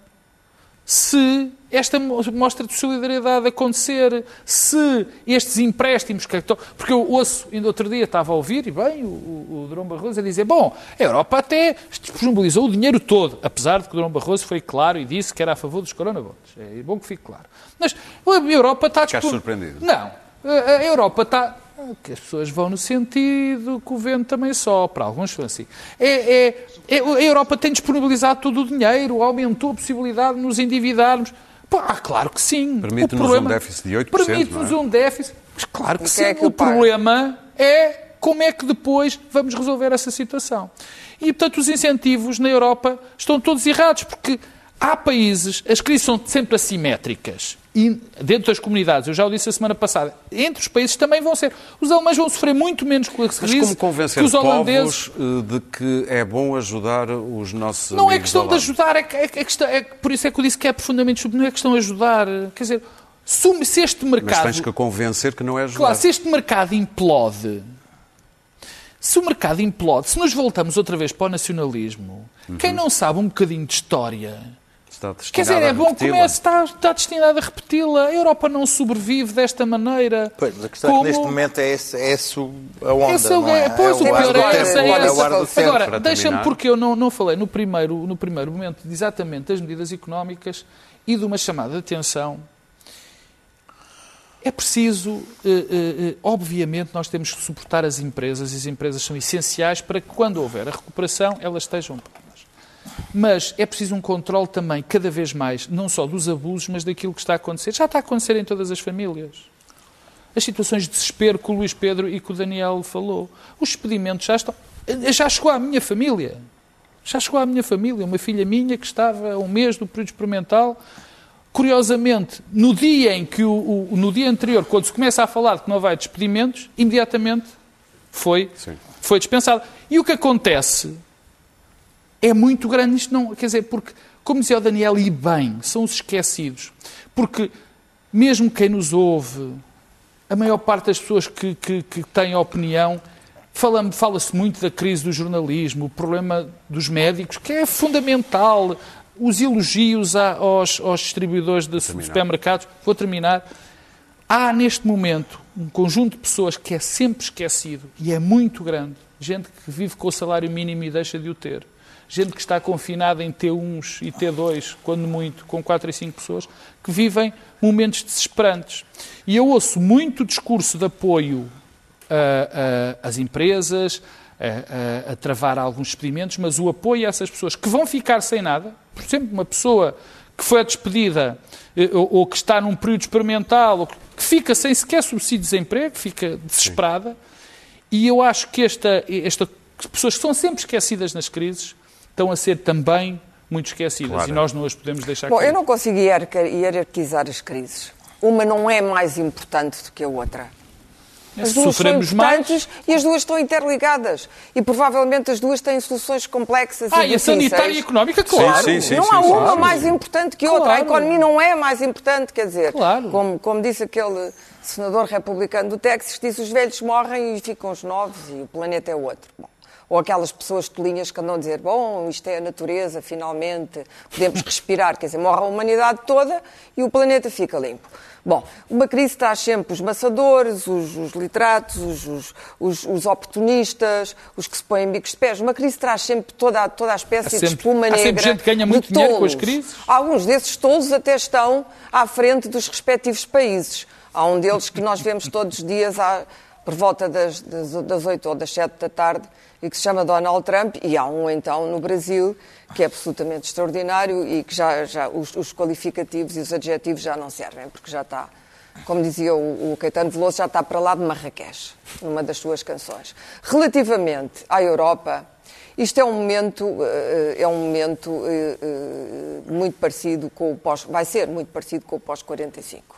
se esta mostra de solidariedade acontecer, se estes empréstimos... que estão, porque eu ouço, ainda outro dia estava a ouvir, e bem, o, o, o Durão Barroso a dizer, bom, a Europa até disponibilizou o dinheiro todo, apesar de que o Durão Barroso foi claro e disse que era a favor dos coronavírus. É bom que fique claro. Mas a Europa está... Ficaste surpreendido? Não. A Europa está... que as pessoas vão no sentido que o vento também sopra. Alguns são assim. É, é, é, a Europa tem disponibilizado todo o dinheiro, aumentou a possibilidade de nos endividarmos. Pô, ah, claro que sim. Permite-nos problema, um déficit de oito por cento, Permite-nos não é? um déficit. Mas claro que e sim. é que o problema é como é que depois vamos resolver essa situação. E, portanto, os incentivos na Europa estão todos errados, porque há países, as crises são sempre assimétricas. E dentro das comunidades, eu já o disse a semana passada, entre os países também vão ser. Os alemães vão sofrer muito menos com a crise. Mas como convencer que os holandeses povos de que é bom ajudar os nossos Não amigos é questão de ajudar, é, é, é questão, é, por isso é que eu disse que é profundamente estúpido, não é questão de ajudar. Quer dizer, se, se este mercado... Mas tens que convencer que não é ajudar. Claro, se este mercado implode, se o mercado implode, se nos voltamos outra vez para o nacionalismo, uhum. Quem não sabe um bocadinho de história... Está destinado Quer dizer, a é bom que repeti-la. comece, está, está destinado a repeti-la. A Europa não sobrevive desta maneira. Pois, mas a questão como... é que neste momento é esse, é esse o- a onda, Esse é o- não é? Pois, é o ar pior do é tempo, esse, é é esse. o ar do tempo. Agora, para deixa-me, terminar. porque eu não, não falei no primeiro, no primeiro momento exatamente das medidas económicas e de uma chamada de atenção. É preciso, eh, eh, obviamente, nós temos que suportar as empresas, e as empresas são essenciais para que, quando houver a recuperação, elas estejam prontas. Mas é preciso um controle também, cada vez mais, não só dos abusos, mas daquilo que está a acontecer. Já está a acontecer em todas as famílias. As situações de desespero que o Luís Pedro e que o Daniel falou. Os expedimentos já estão... Já chegou à minha família. Já chegou à minha família. Uma filha minha que estava um mês do período experimental. Curiosamente, no dia em que o, o, no dia anterior, quando se começa a falar de que não vai de despedimentos, imediatamente foi, foi dispensado. E o que acontece é muito grande isto, não, quer dizer, porque, como dizia o Daniel, e bem, são os esquecidos. Porque mesmo quem nos ouve, a maior parte das pessoas que, que, que têm opinião, fala, fala-se muito da crise do jornalismo, o problema dos médicos, que é fundamental. Os elogios aos, aos distribuidores de supermercados. Vou terminar. Há, neste momento, um conjunto de pessoas que é sempre esquecido, e é muito grande. Gente que vive com o salário mínimo e deixa de o ter. Gente que está confinada em T um e T dois, quando muito, com quatro e cinco pessoas, que vivem momentos desesperantes. E eu ouço muito discurso de apoio a, a, às empresas, A, a, a travar alguns expedimentos, mas o apoio a essas pessoas que vão ficar sem nada, por exemplo, uma pessoa que foi despedida ou, ou que está num período experimental, ou que fica sem sequer subsídio de desemprego, fica desesperada, Sim. E eu acho que esta, esta pessoas que são sempre esquecidas nas crises estão a ser também muito esquecidas, claro. E nós não as podemos deixar Bom, cair. eu não consigo hierarquizar as crises. Uma não é mais importante do que a outra. As duas Sofremos são importantes mais. E as duas estão interligadas. E provavelmente as duas têm soluções complexas ah, e e a sanitária e económica, claro. Sim, sim, sim, não sim, há sim, uma sim, mais sim. importante que Claro. outra. A economia não é mais importante, quer dizer, Claro. como, como disse aquele senador republicano do Texas, diz os velhos morrem e ficam os novos e o planeta é outro. Bom. Ou aquelas pessoas tolinhas que andam a dizer, bom, isto é a natureza, finalmente, podemos respirar. Quer dizer, morre a humanidade toda e o planeta fica limpo. Bom, uma crise traz sempre os maçadores, os, os literatos, os, os, os, os oportunistas, os que se põem bicos de pés. Uma crise traz sempre toda, toda a espécie Há sempre- de espuma há negra. sempre gente que ganha muito de dinheiro com tolos. as crises. Alguns desses tolos até estão à frente dos respectivos países. Há um deles que nós vemos todos os dias à, por volta das, das, das oito ou das sete da tarde e que se chama Donald Trump, e há um então no Brasil que é absolutamente extraordinário e que já, já os, os qualificativos e os adjetivos já não servem, porque já está, como dizia o, o Caetano Veloso, já está para lá de Marrakech, numa das suas canções. Relativamente à Europa, isto é um momento, é um momento muito parecido com o pós, vai ser muito parecido com o pós quarenta e cinco.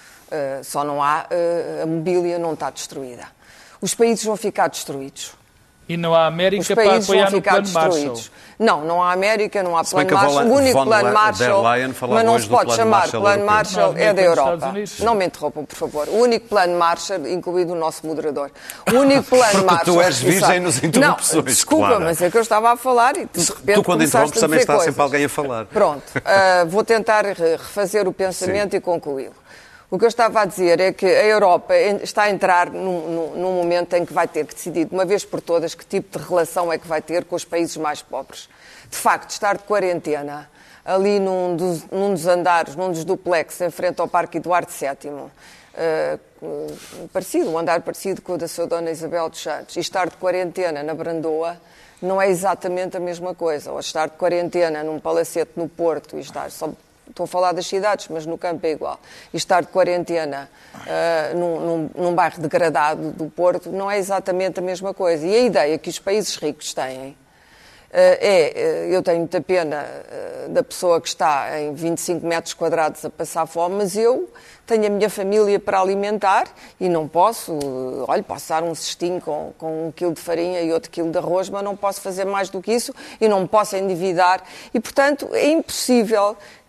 Só não há, a mobília não está destruída. Os países vão ficar destruídos. E não há Os América para países vão apoiar no ficar plano Marshall. destruídos. Não, não há América, não há Se bem plano que a Marshall. von- O único von plano der Marshall, Leyen falava mas não hoje se do pode plano chamar Marshall plano europeu. Marshall, Não, é da dos Estados Europa. Unidos. Não me interrompam, por favor. O único plano Marshall, incluído o nosso moderador. O único plano Porque Marshall... tu és virgem Exato. nas interrupções, Não, desculpa, Clara. mas é que eu estava a falar e tu, de repente, Tu, quando começaste interrompes, a também dizer está coisas. sempre alguém a falar. Pronto, uh, vou tentar re- refazer o pensamento Sim. e concluí-lo. O que eu estava a dizer é que a Europa está a entrar num, num, num momento em que vai ter que decidir, de uma vez por todas, que tipo de relação é que vai ter com os países mais pobres. De facto, estar de quarentena ali num dos, num dos andares, num dos duplex, em frente ao Parque Eduardo sétimo, uh, uh, parecido, um andar parecido com o da sua dona Isabel dos Santos, e estar de quarentena na Brandoa, não é exatamente a mesma coisa. Ou estar de quarentena num palacete no Porto e estar só... Estou a falar das cidades, mas no campo é igual. E estar de quarentena uh, num, num, num bairro degradado do Porto não é exatamente a mesma coisa. E a ideia que os países ricos têm uh, é, uh, eu tenho muita pena uh, da pessoa que está em vinte e cinco metros quadrados a passar fome, mas eu tenho a minha família para alimentar e não posso, uh, olha, posso dar um cestinho com, com um quilo de farinha e outro quilo de arroz, mas não posso fazer mais do que isso e não me posso endividar. E, portanto, é impossível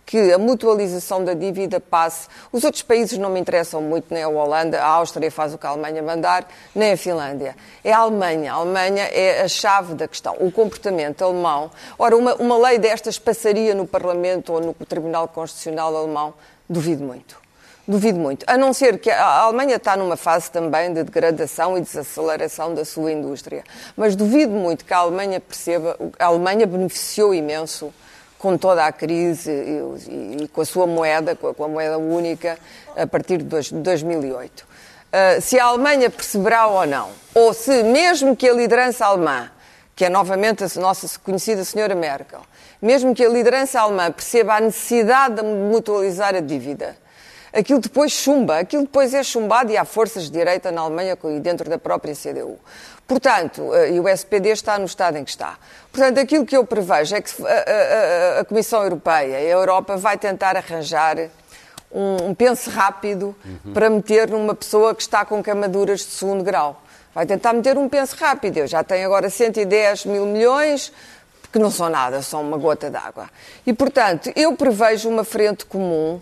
que a mutualização da dívida passe. Os outros países não me interessam muito, nem a Holanda, a Áustria faz o que a Alemanha mandar, nem a Finlândia. É a Alemanha. A Alemanha é a chave da questão. O comportamento alemão. Ora, uma, uma lei destas passaria no Parlamento ou no Tribunal Constitucional alemão? Duvido muito. Duvido muito. A não ser que a Alemanha está numa fase também de degradação e desaceleração da sua indústria. Mas duvido muito que a Alemanha perceba... A Alemanha beneficiou imenso com toda a crise e, e, e com a sua moeda, com a, com a moeda única, a partir de dois mil e oito. Uh, se a Alemanha perceberá ou não, ou se mesmo que a liderança alemã, que é novamente a nossa conhecida senhora Merkel, mesmo que a liderança alemã perceba a necessidade de mutualizar a dívida, aquilo depois chumba, aquilo depois é chumbado e há forças de direita na Alemanha e dentro da própria C D U. Portanto, e o S P D está no estado em que está. Portanto, aquilo que eu prevejo é que a, a, a Comissão Europeia, a Europa, vai tentar arranjar um, um pense rápido uhum. para meter numa pessoa que está com camaduras de segundo grau. Vai tentar meter um pense rápido. Eu já tenho agora cento e dez mil milhões, que não são nada, são uma gota d'água. E, portanto, eu prevejo uma frente comum.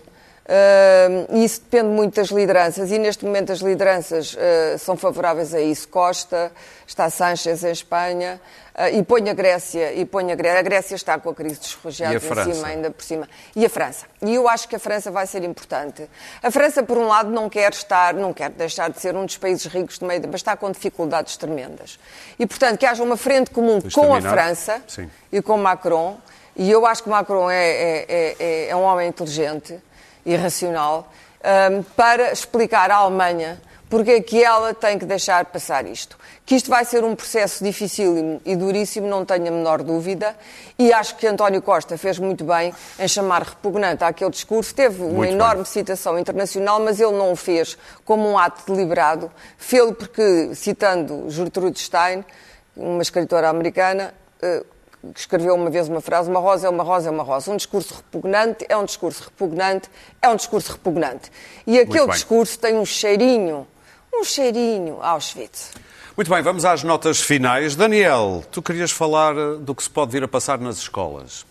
Uh, isso depende muito das lideranças e neste momento as lideranças uh, são favoráveis a isso. Costa, está Sánchez em Espanha uh, e põe a Grécia, e põe a Grécia. A Grécia está com a crise dos refugiados em cima, ainda por cima. E a França. E eu acho que a França vai ser importante. A França, por um lado, não quer estar, não quer deixar de ser um dos países ricos do meio, mas está com dificuldades tremendas. E, portanto, que haja uma frente comum com a França Sim. e com Macron. E eu acho que Macron é, é, é, é um homem inteligente e racional, um, para explicar à Alemanha porque é que ela tem que deixar passar isto. Que isto vai ser um processo dificílimo e duríssimo, não tenho a menor dúvida, e acho que António Costa fez muito bem em chamar repugnante àquele discurso. Teve uma muito enorme bem. citação internacional, mas ele não o fez como um ato deliberado. Fez-o porque, citando Gertrude Stein, uma escritora americana, uh, que escreveu uma vez uma frase, uma rosa é uma rosa é uma rosa. Um discurso repugnante é um discurso repugnante é um discurso repugnante. E aquele discurso tem um cheirinho, um cheirinho a Auschwitz. Muito bem, vamos às notas finais. Daniel, tu querias falar do que se pode vir a passar nas escolas?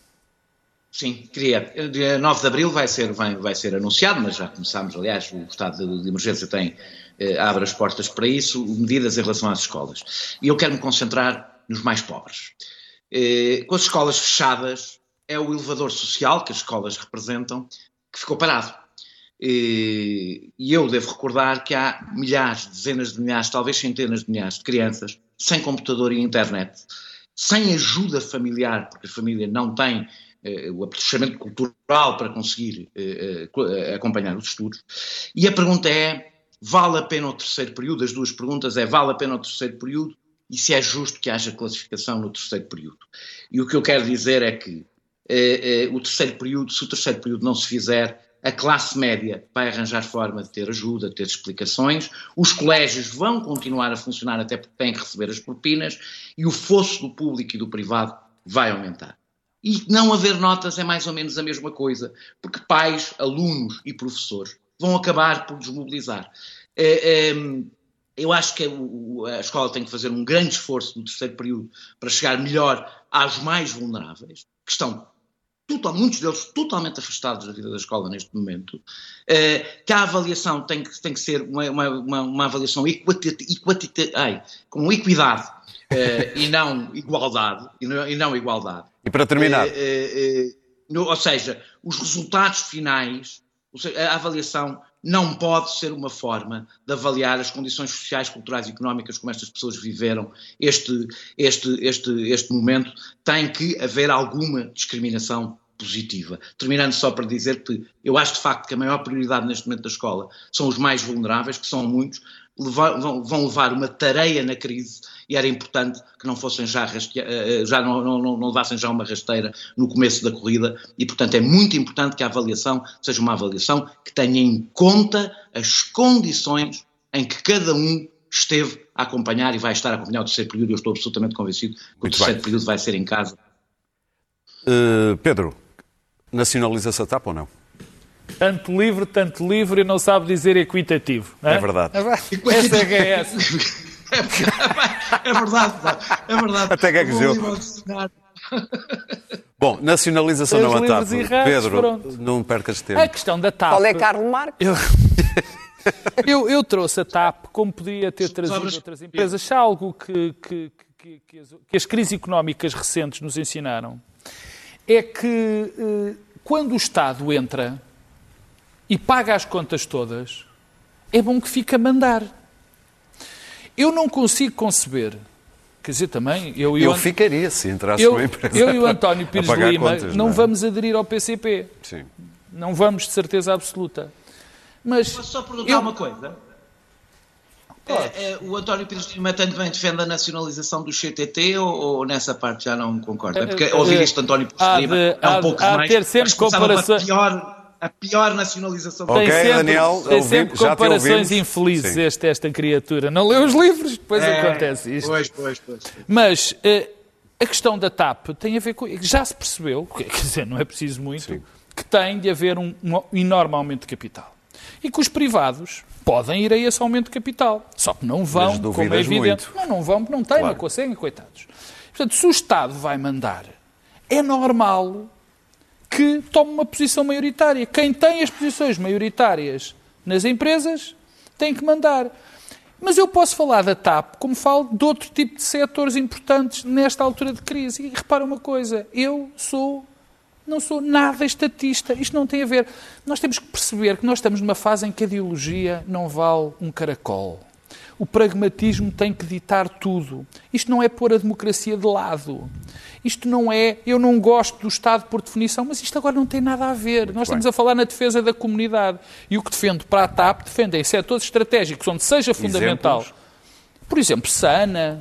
Sim, queria. Dia nove de abril vai ser, vai, vai ser anunciado, mas já começámos, aliás, o estado de, de emergência tem, eh, abre as portas para isso, medidas em relação às escolas. E eu quero me concentrar nos mais pobres. Eh, com as escolas fechadas, é o elevador social que as escolas representam que ficou parado. Eh, e eu devo recordar que há milhares, dezenas de milhares, talvez centenas de milhares de crianças sem computador e internet, sem ajuda familiar, porque a família não tem eh, o apetrechamento cultural para conseguir eh, eh, acompanhar os estudos. E a pergunta é, vale a pena o terceiro período? As duas perguntas é, vale a pena o terceiro período? E se é justo que haja classificação no terceiro período. E o que eu quero dizer é que eh, eh, o terceiro período, se o terceiro período não se fizer, a classe média vai arranjar forma de ter ajuda, de ter explicações, os colégios vão continuar a funcionar até porque têm que receber as propinas e o fosso do público e do privado vai aumentar. E não haver notas é mais ou menos a mesma coisa, porque pais, alunos e professores vão acabar por desmobilizar. Eh, eh, Eu acho que a escola tem que fazer um grande esforço no terceiro período para chegar melhor aos mais vulneráveis, que estão, total, muitos deles, totalmente afastados da vida da escola neste momento, que a avaliação tem que, tem que ser uma, uma, uma avaliação equitati, equitati, ai, com equidade e não igualdade. E não, e não igualdade. E para terminar? Ou seja, os resultados finais, a avaliação não pode ser uma forma de avaliar as condições sociais, culturais e económicas como estas pessoas viveram este, este, este, este momento. Tem que haver alguma discriminação positiva. Terminando só para dizer que eu acho de facto que a maior prioridade neste momento da escola são os mais vulneráveis, que são muitos, levar, vão, vão levar uma tareia na crise e era importante que não fossem já, rasteira, já não, não, não, não levassem já uma rasteira no começo da corrida e, portanto, é muito importante que a avaliação seja uma avaliação que tenha em conta as condições em que cada um esteve a acompanhar e vai estar a acompanhar o terceiro período. Eu estou absolutamente convencido que muito o terceiro bem. período vai ser em casa. Uh, Pedro, nacionaliza-se a TAP ou não? Tanto livre, tanto livre e não sabe dizer equitativo. Não é? É verdade. Essa é que é essa. É verdade, é verdade. Até que é que Bom, nacionalização Os não a livros TAP. errados, Pedro, pronto. não percas tempo. A questão da TAP... Qual é Carlos Marques? Eu, eu, eu trouxe a TAP como poderia ter trazido Sobras- outras empresas. Se há algo que, que, que, que, as, que as crises económicas recentes nos ensinaram, é que eh, quando o Estado entra e paga as contas todas, é bom que fique a mandar. Eu não consigo conceber, quer dizer, também... Eu, e Eu o An- ficaria se entrasse eu, uma empresa eu e o a António Pires de pagar Lima contas, não é? vamos aderir ao P C P. Sim. Não vamos, de certeza absoluta. Mas Posso só perguntar eu- uma coisa? É, é, o António Pires de Lima também defende a nacionalização do C T T ou, ou nessa parte já não concorda? É porque ouvir isto de António Pires Há de Lima de- é há um de- pouco há de demais. ter sempre Acho que começava uma comparações- pior, a pior nacionalização do Ok, tem sempre, Daniel, tem ouvi- sempre já te comparações ouvimos. infelizes Sim. esta, esta criatura. Não lê os livros, depois É, acontece isto. Pois, pois, pois. Mas eh, a questão da TAP tem a ver com... Já se percebeu, quer dizer, não é preciso muito, Sim. que tem de haver um, um enorme aumento de capital. E que os privados podem ir a esse aumento de capital. Só que não vão, Mas como é duvidas evidente. muito. Não, não vão, porque não têm, Claro. não conseguem, coitados. Portanto, se o Estado vai mandar, é normal que tome uma posição maioritária. Quem tem as posições maioritárias nas empresas tem que mandar. Mas eu posso falar da TAP como falo de outro tipo de setores importantes nesta altura de crise. E repara uma coisa, eu sou, não sou nada estatista. Isto não tem a ver. Nós temos que perceber que nós estamos numa fase em que a ideologia não vale um caracol. O pragmatismo tem que ditar tudo. Isto não é pôr a democracia de lado. Isto não é... Eu não gosto do Estado por definição, mas isto agora não tem nada a ver. Nós estamos a falar na defesa da comunidade. E o que defendo para a TAP, defende em setores estratégicos onde seja fundamental. Exemplos? Por exemplo, Sana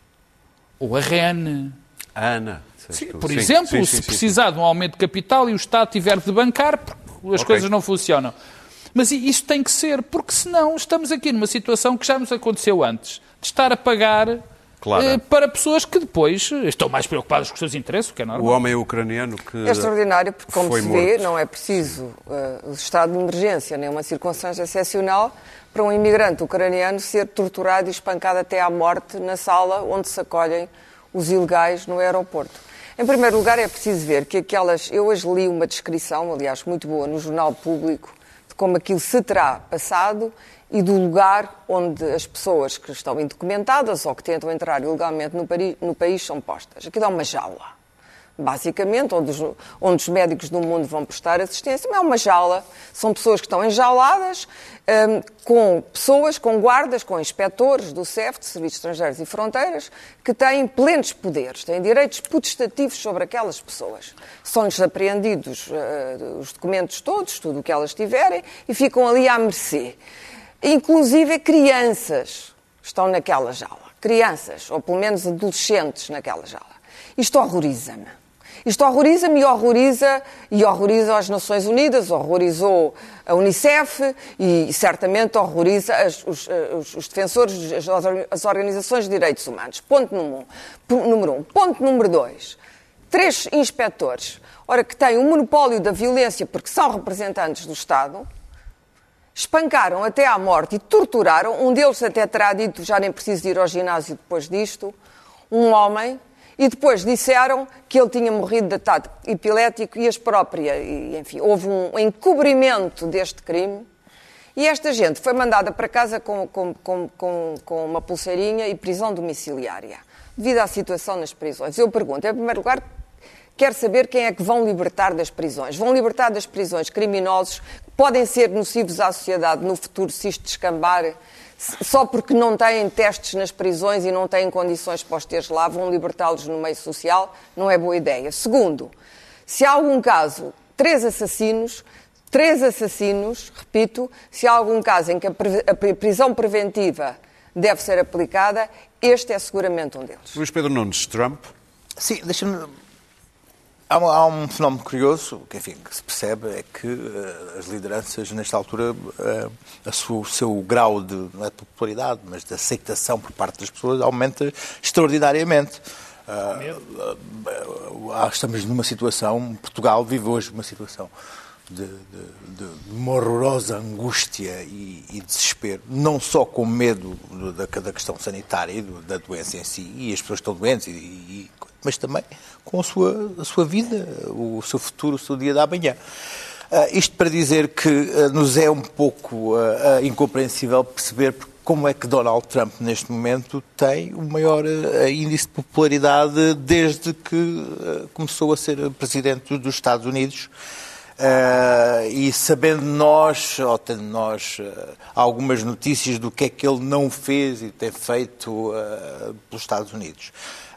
ou a REN. Ana. Sim, tu. por Sim, exemplo, sim, sim, se sim, precisar de um aumento de capital e o Estado tiver de bancar, porque as Ok. coisas não funcionam. Mas isso tem que ser, porque senão estamos aqui numa situação que já nos aconteceu antes, de estar a pagar Claro. eh, para pessoas que depois estão mais preocupadas com os seus interesses, o que é O normal. homem ucraniano que É extraordinário, porque, como foi se vê, morto. não é preciso uh, o estado de emergência, nem uma circunstância excepcional, para um imigrante ucraniano ser torturado e espancado até à morte na sala onde se acolhem os ilegais no aeroporto. Em primeiro lugar, é preciso ver que aquelas... Eu hoje li uma descrição, aliás, muito boa, no Jornal Público, de como aquilo se terá passado e do lugar onde as pessoas que estão indocumentadas ou que tentam entrar ilegalmente no, Pari- no país são postas. Aquilo é uma jaula. Basicamente, onde os, onde os médicos do mundo vão prestar assistência, mas é uma jaula. São pessoas que estão enjauladas, hum, com pessoas, com guardas, com inspectores do C E F, de Serviços Estrangeiros e Fronteiras, que têm plenos poderes, têm direitos potestativos sobre aquelas pessoas. São-lhes apreendidos uh, os documentos todos, tudo o que elas tiverem, e ficam ali à mercê. Inclusive crianças estão naquela jaula. Crianças, ou pelo menos adolescentes naquela jaula. Isto horroriza-me. Isto horroriza-me e horroriza, e horroriza as Nações Unidas, horrorizou a Unicef e certamente horroriza as, os, os, os defensores, as, as organizações de direitos humanos. Ponto número um. Número um. Ponto número dois. Três inspectores, ora, que têm o monopólio da violência porque são representantes do Estado, espancaram até à morte e torturaram, um deles até terá dito, já nem preciso ir ao ginásio depois disto, um homem, e depois disseram que ele tinha morrido de ataque epilético e as próprias, e, enfim, houve um encobrimento deste crime, e esta gente foi mandada para casa com, com, com, com, com uma pulseirinha e prisão domiciliária, devido à situação nas prisões. Eu pergunto, em primeiro lugar, quero saber quem é que vão libertar das prisões. Vão libertar das prisões criminosos que podem ser nocivos à sociedade no futuro se isto descambar, só porque não têm testes nas prisões e não têm condições para os teres lá, vão libertá-los no meio social, não é boa ideia. Segundo, se há algum caso, três assassinos, três assassinos, repito, se há algum caso em que a prisão preventiva deve ser aplicada, este é seguramente um deles. Luís Pedro Nunes, Trump. Sim, deixa-me... Há um, há um fenómeno curioso, que, enfim, que se percebe, é que uh, as lideranças, nesta altura, uh, a su, o seu grau de, não é de popularidade, mas de aceitação por parte das pessoas aumenta extraordinariamente. Uh, uh, uh, uh, estamos numa situação, Portugal vive hoje uma situação de, de, de uma horrorosa angústia e, e desespero, não só com medo da, da questão sanitária e do, da doença em si, e as pessoas estão doentes, e, e, mas também com a sua, a sua vida, o seu futuro, o seu dia da manhã. Uh, isto para dizer que uh, nos é um pouco uh, uh, incompreensível perceber como é que Donald Trump, neste momento, tem o maior uh, índice de popularidade desde que uh, começou a ser presidente dos Estados Unidos. Uh, e sabendo nós, ou tendo nós uh, algumas notícias do que é que ele não fez e tem feito uh, pelos Estados Unidos.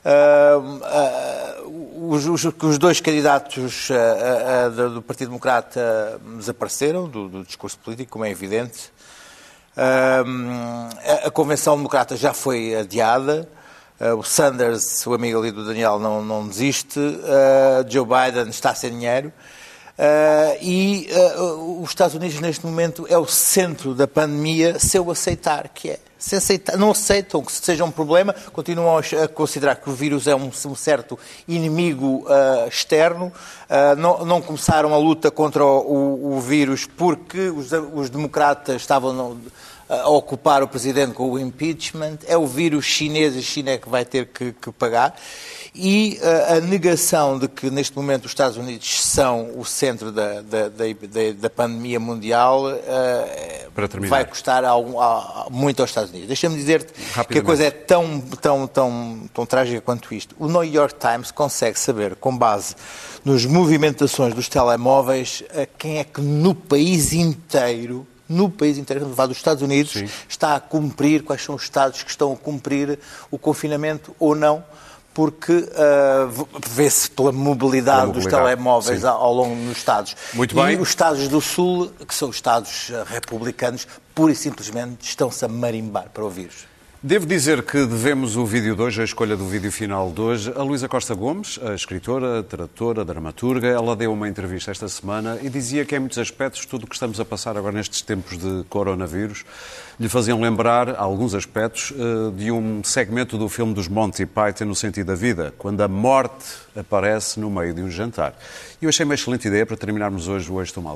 Uh, uh, os, os, os dois candidatos uh, uh, uh, do Partido Democrata desapareceram do, do discurso político, como é evidente. Uh, a, a Convenção Democrata já foi adiada. Uh, o Sanders, o amigo ali do Daniel, não, não desiste. Uh, Joe Biden está sem dinheiro. Uh, e uh, os Estados Unidos, neste momento, é o centro da pandemia, se eu aceitar que é. Se aceitar, não aceitam que seja um problema, continuam a considerar que o vírus é um, um certo inimigo uh, externo, uh, não, não começaram a luta contra o, o, o vírus porque os, os democratas estavam no, a ocupar o presidente com o impeachment, é o vírus chinês, a China é que vai ter que, que pagar. E uh, a negação de que, neste momento, os Estados Unidos são o centro da, da, da, da pandemia mundial uh, vai custar algum, a, muito aos Estados Unidos. Deixa-me dizer-te que a coisa é tão, tão, tão, tão trágica quanto isto. O New York Times consegue saber, com base nas movimentações dos telemóveis, uh, quem é que no país inteiro no país inteiro, dos Estados Unidos, Sim. está a cumprir, quais são os estados que estão a cumprir o confinamento ou não, porque uh, vê-se pela mobilidade, mobilidade dos telemóveis ao, ao longo dos estados. Muito e bem. Os estados do Sul, que são os estados republicanos, pura e simplesmente estão-se a marimbar para o vírus. Devo dizer que devemos o vídeo de hoje, a escolha do vídeo final de hoje, a Luísa Costa Gomes, a escritora, a tradutora, a dramaturga. Ela deu uma entrevista esta semana e dizia que, em muitos aspectos, tudo o que estamos a passar agora nestes tempos de coronavírus lhe faziam lembrar, alguns aspectos, de um segmento do filme dos Monty Python no Sentido da Vida, quando a morte aparece no meio de um jantar. E eu achei uma excelente ideia para terminarmos hoje o Hoje Estou Mal.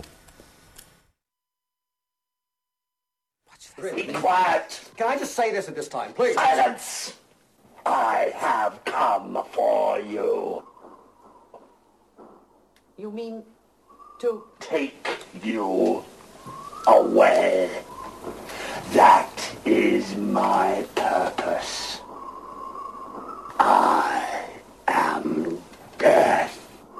Be quiet. Can I just say this at this time, please? Silence! I have come for you. You mean to take you away? That is my purpose. I am death.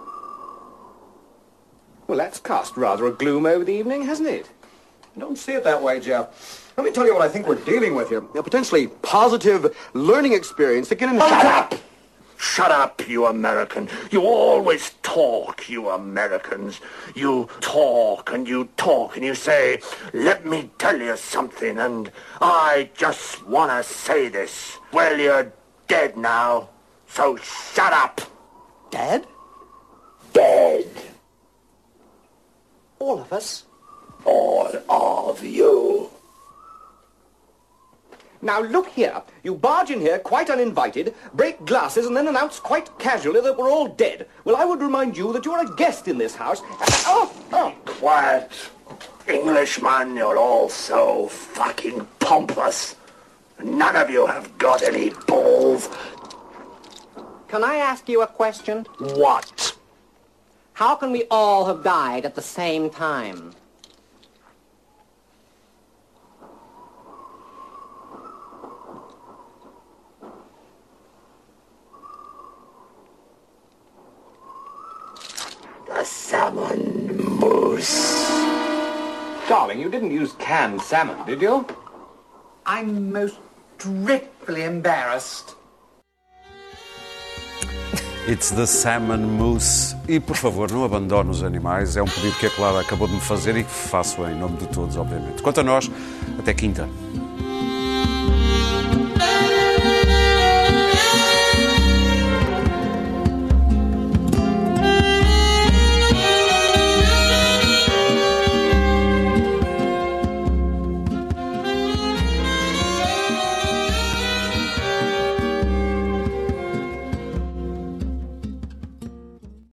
Well, that's cast rather a gloom over the evening, hasn't it? Don't see it that way, Jeff. Let me tell you what I think we're dealing with here. A potentially positive learning experience that can... Shut up! Shut up, you American. You always talk, you Americans. You talk and you talk and you say, let me tell you something, and I just want to say this. Well, you're dead now, so shut up. Dead? Dead. All of us? All of you. Now, look here. You barge in here quite uninvited, break glasses, and then announce quite casually that we're all dead. Well, I would remind you that you're a guest in this house. Oh, oh. Quiet. Englishman, you're all so fucking pompous. None of you have got any balls. Can I ask you a question? What? How can we all have died at the same time? The salmon mousse. Darling, you didn't use canned salmon, did you? I'm most dreadfully embarrassed. It's the salmon mousse. E, por favor, não abandone os animais. É um pedido que a Clara acabou de me fazer e que faço em nome de todos, obviamente. Quanto a nós, até quinta.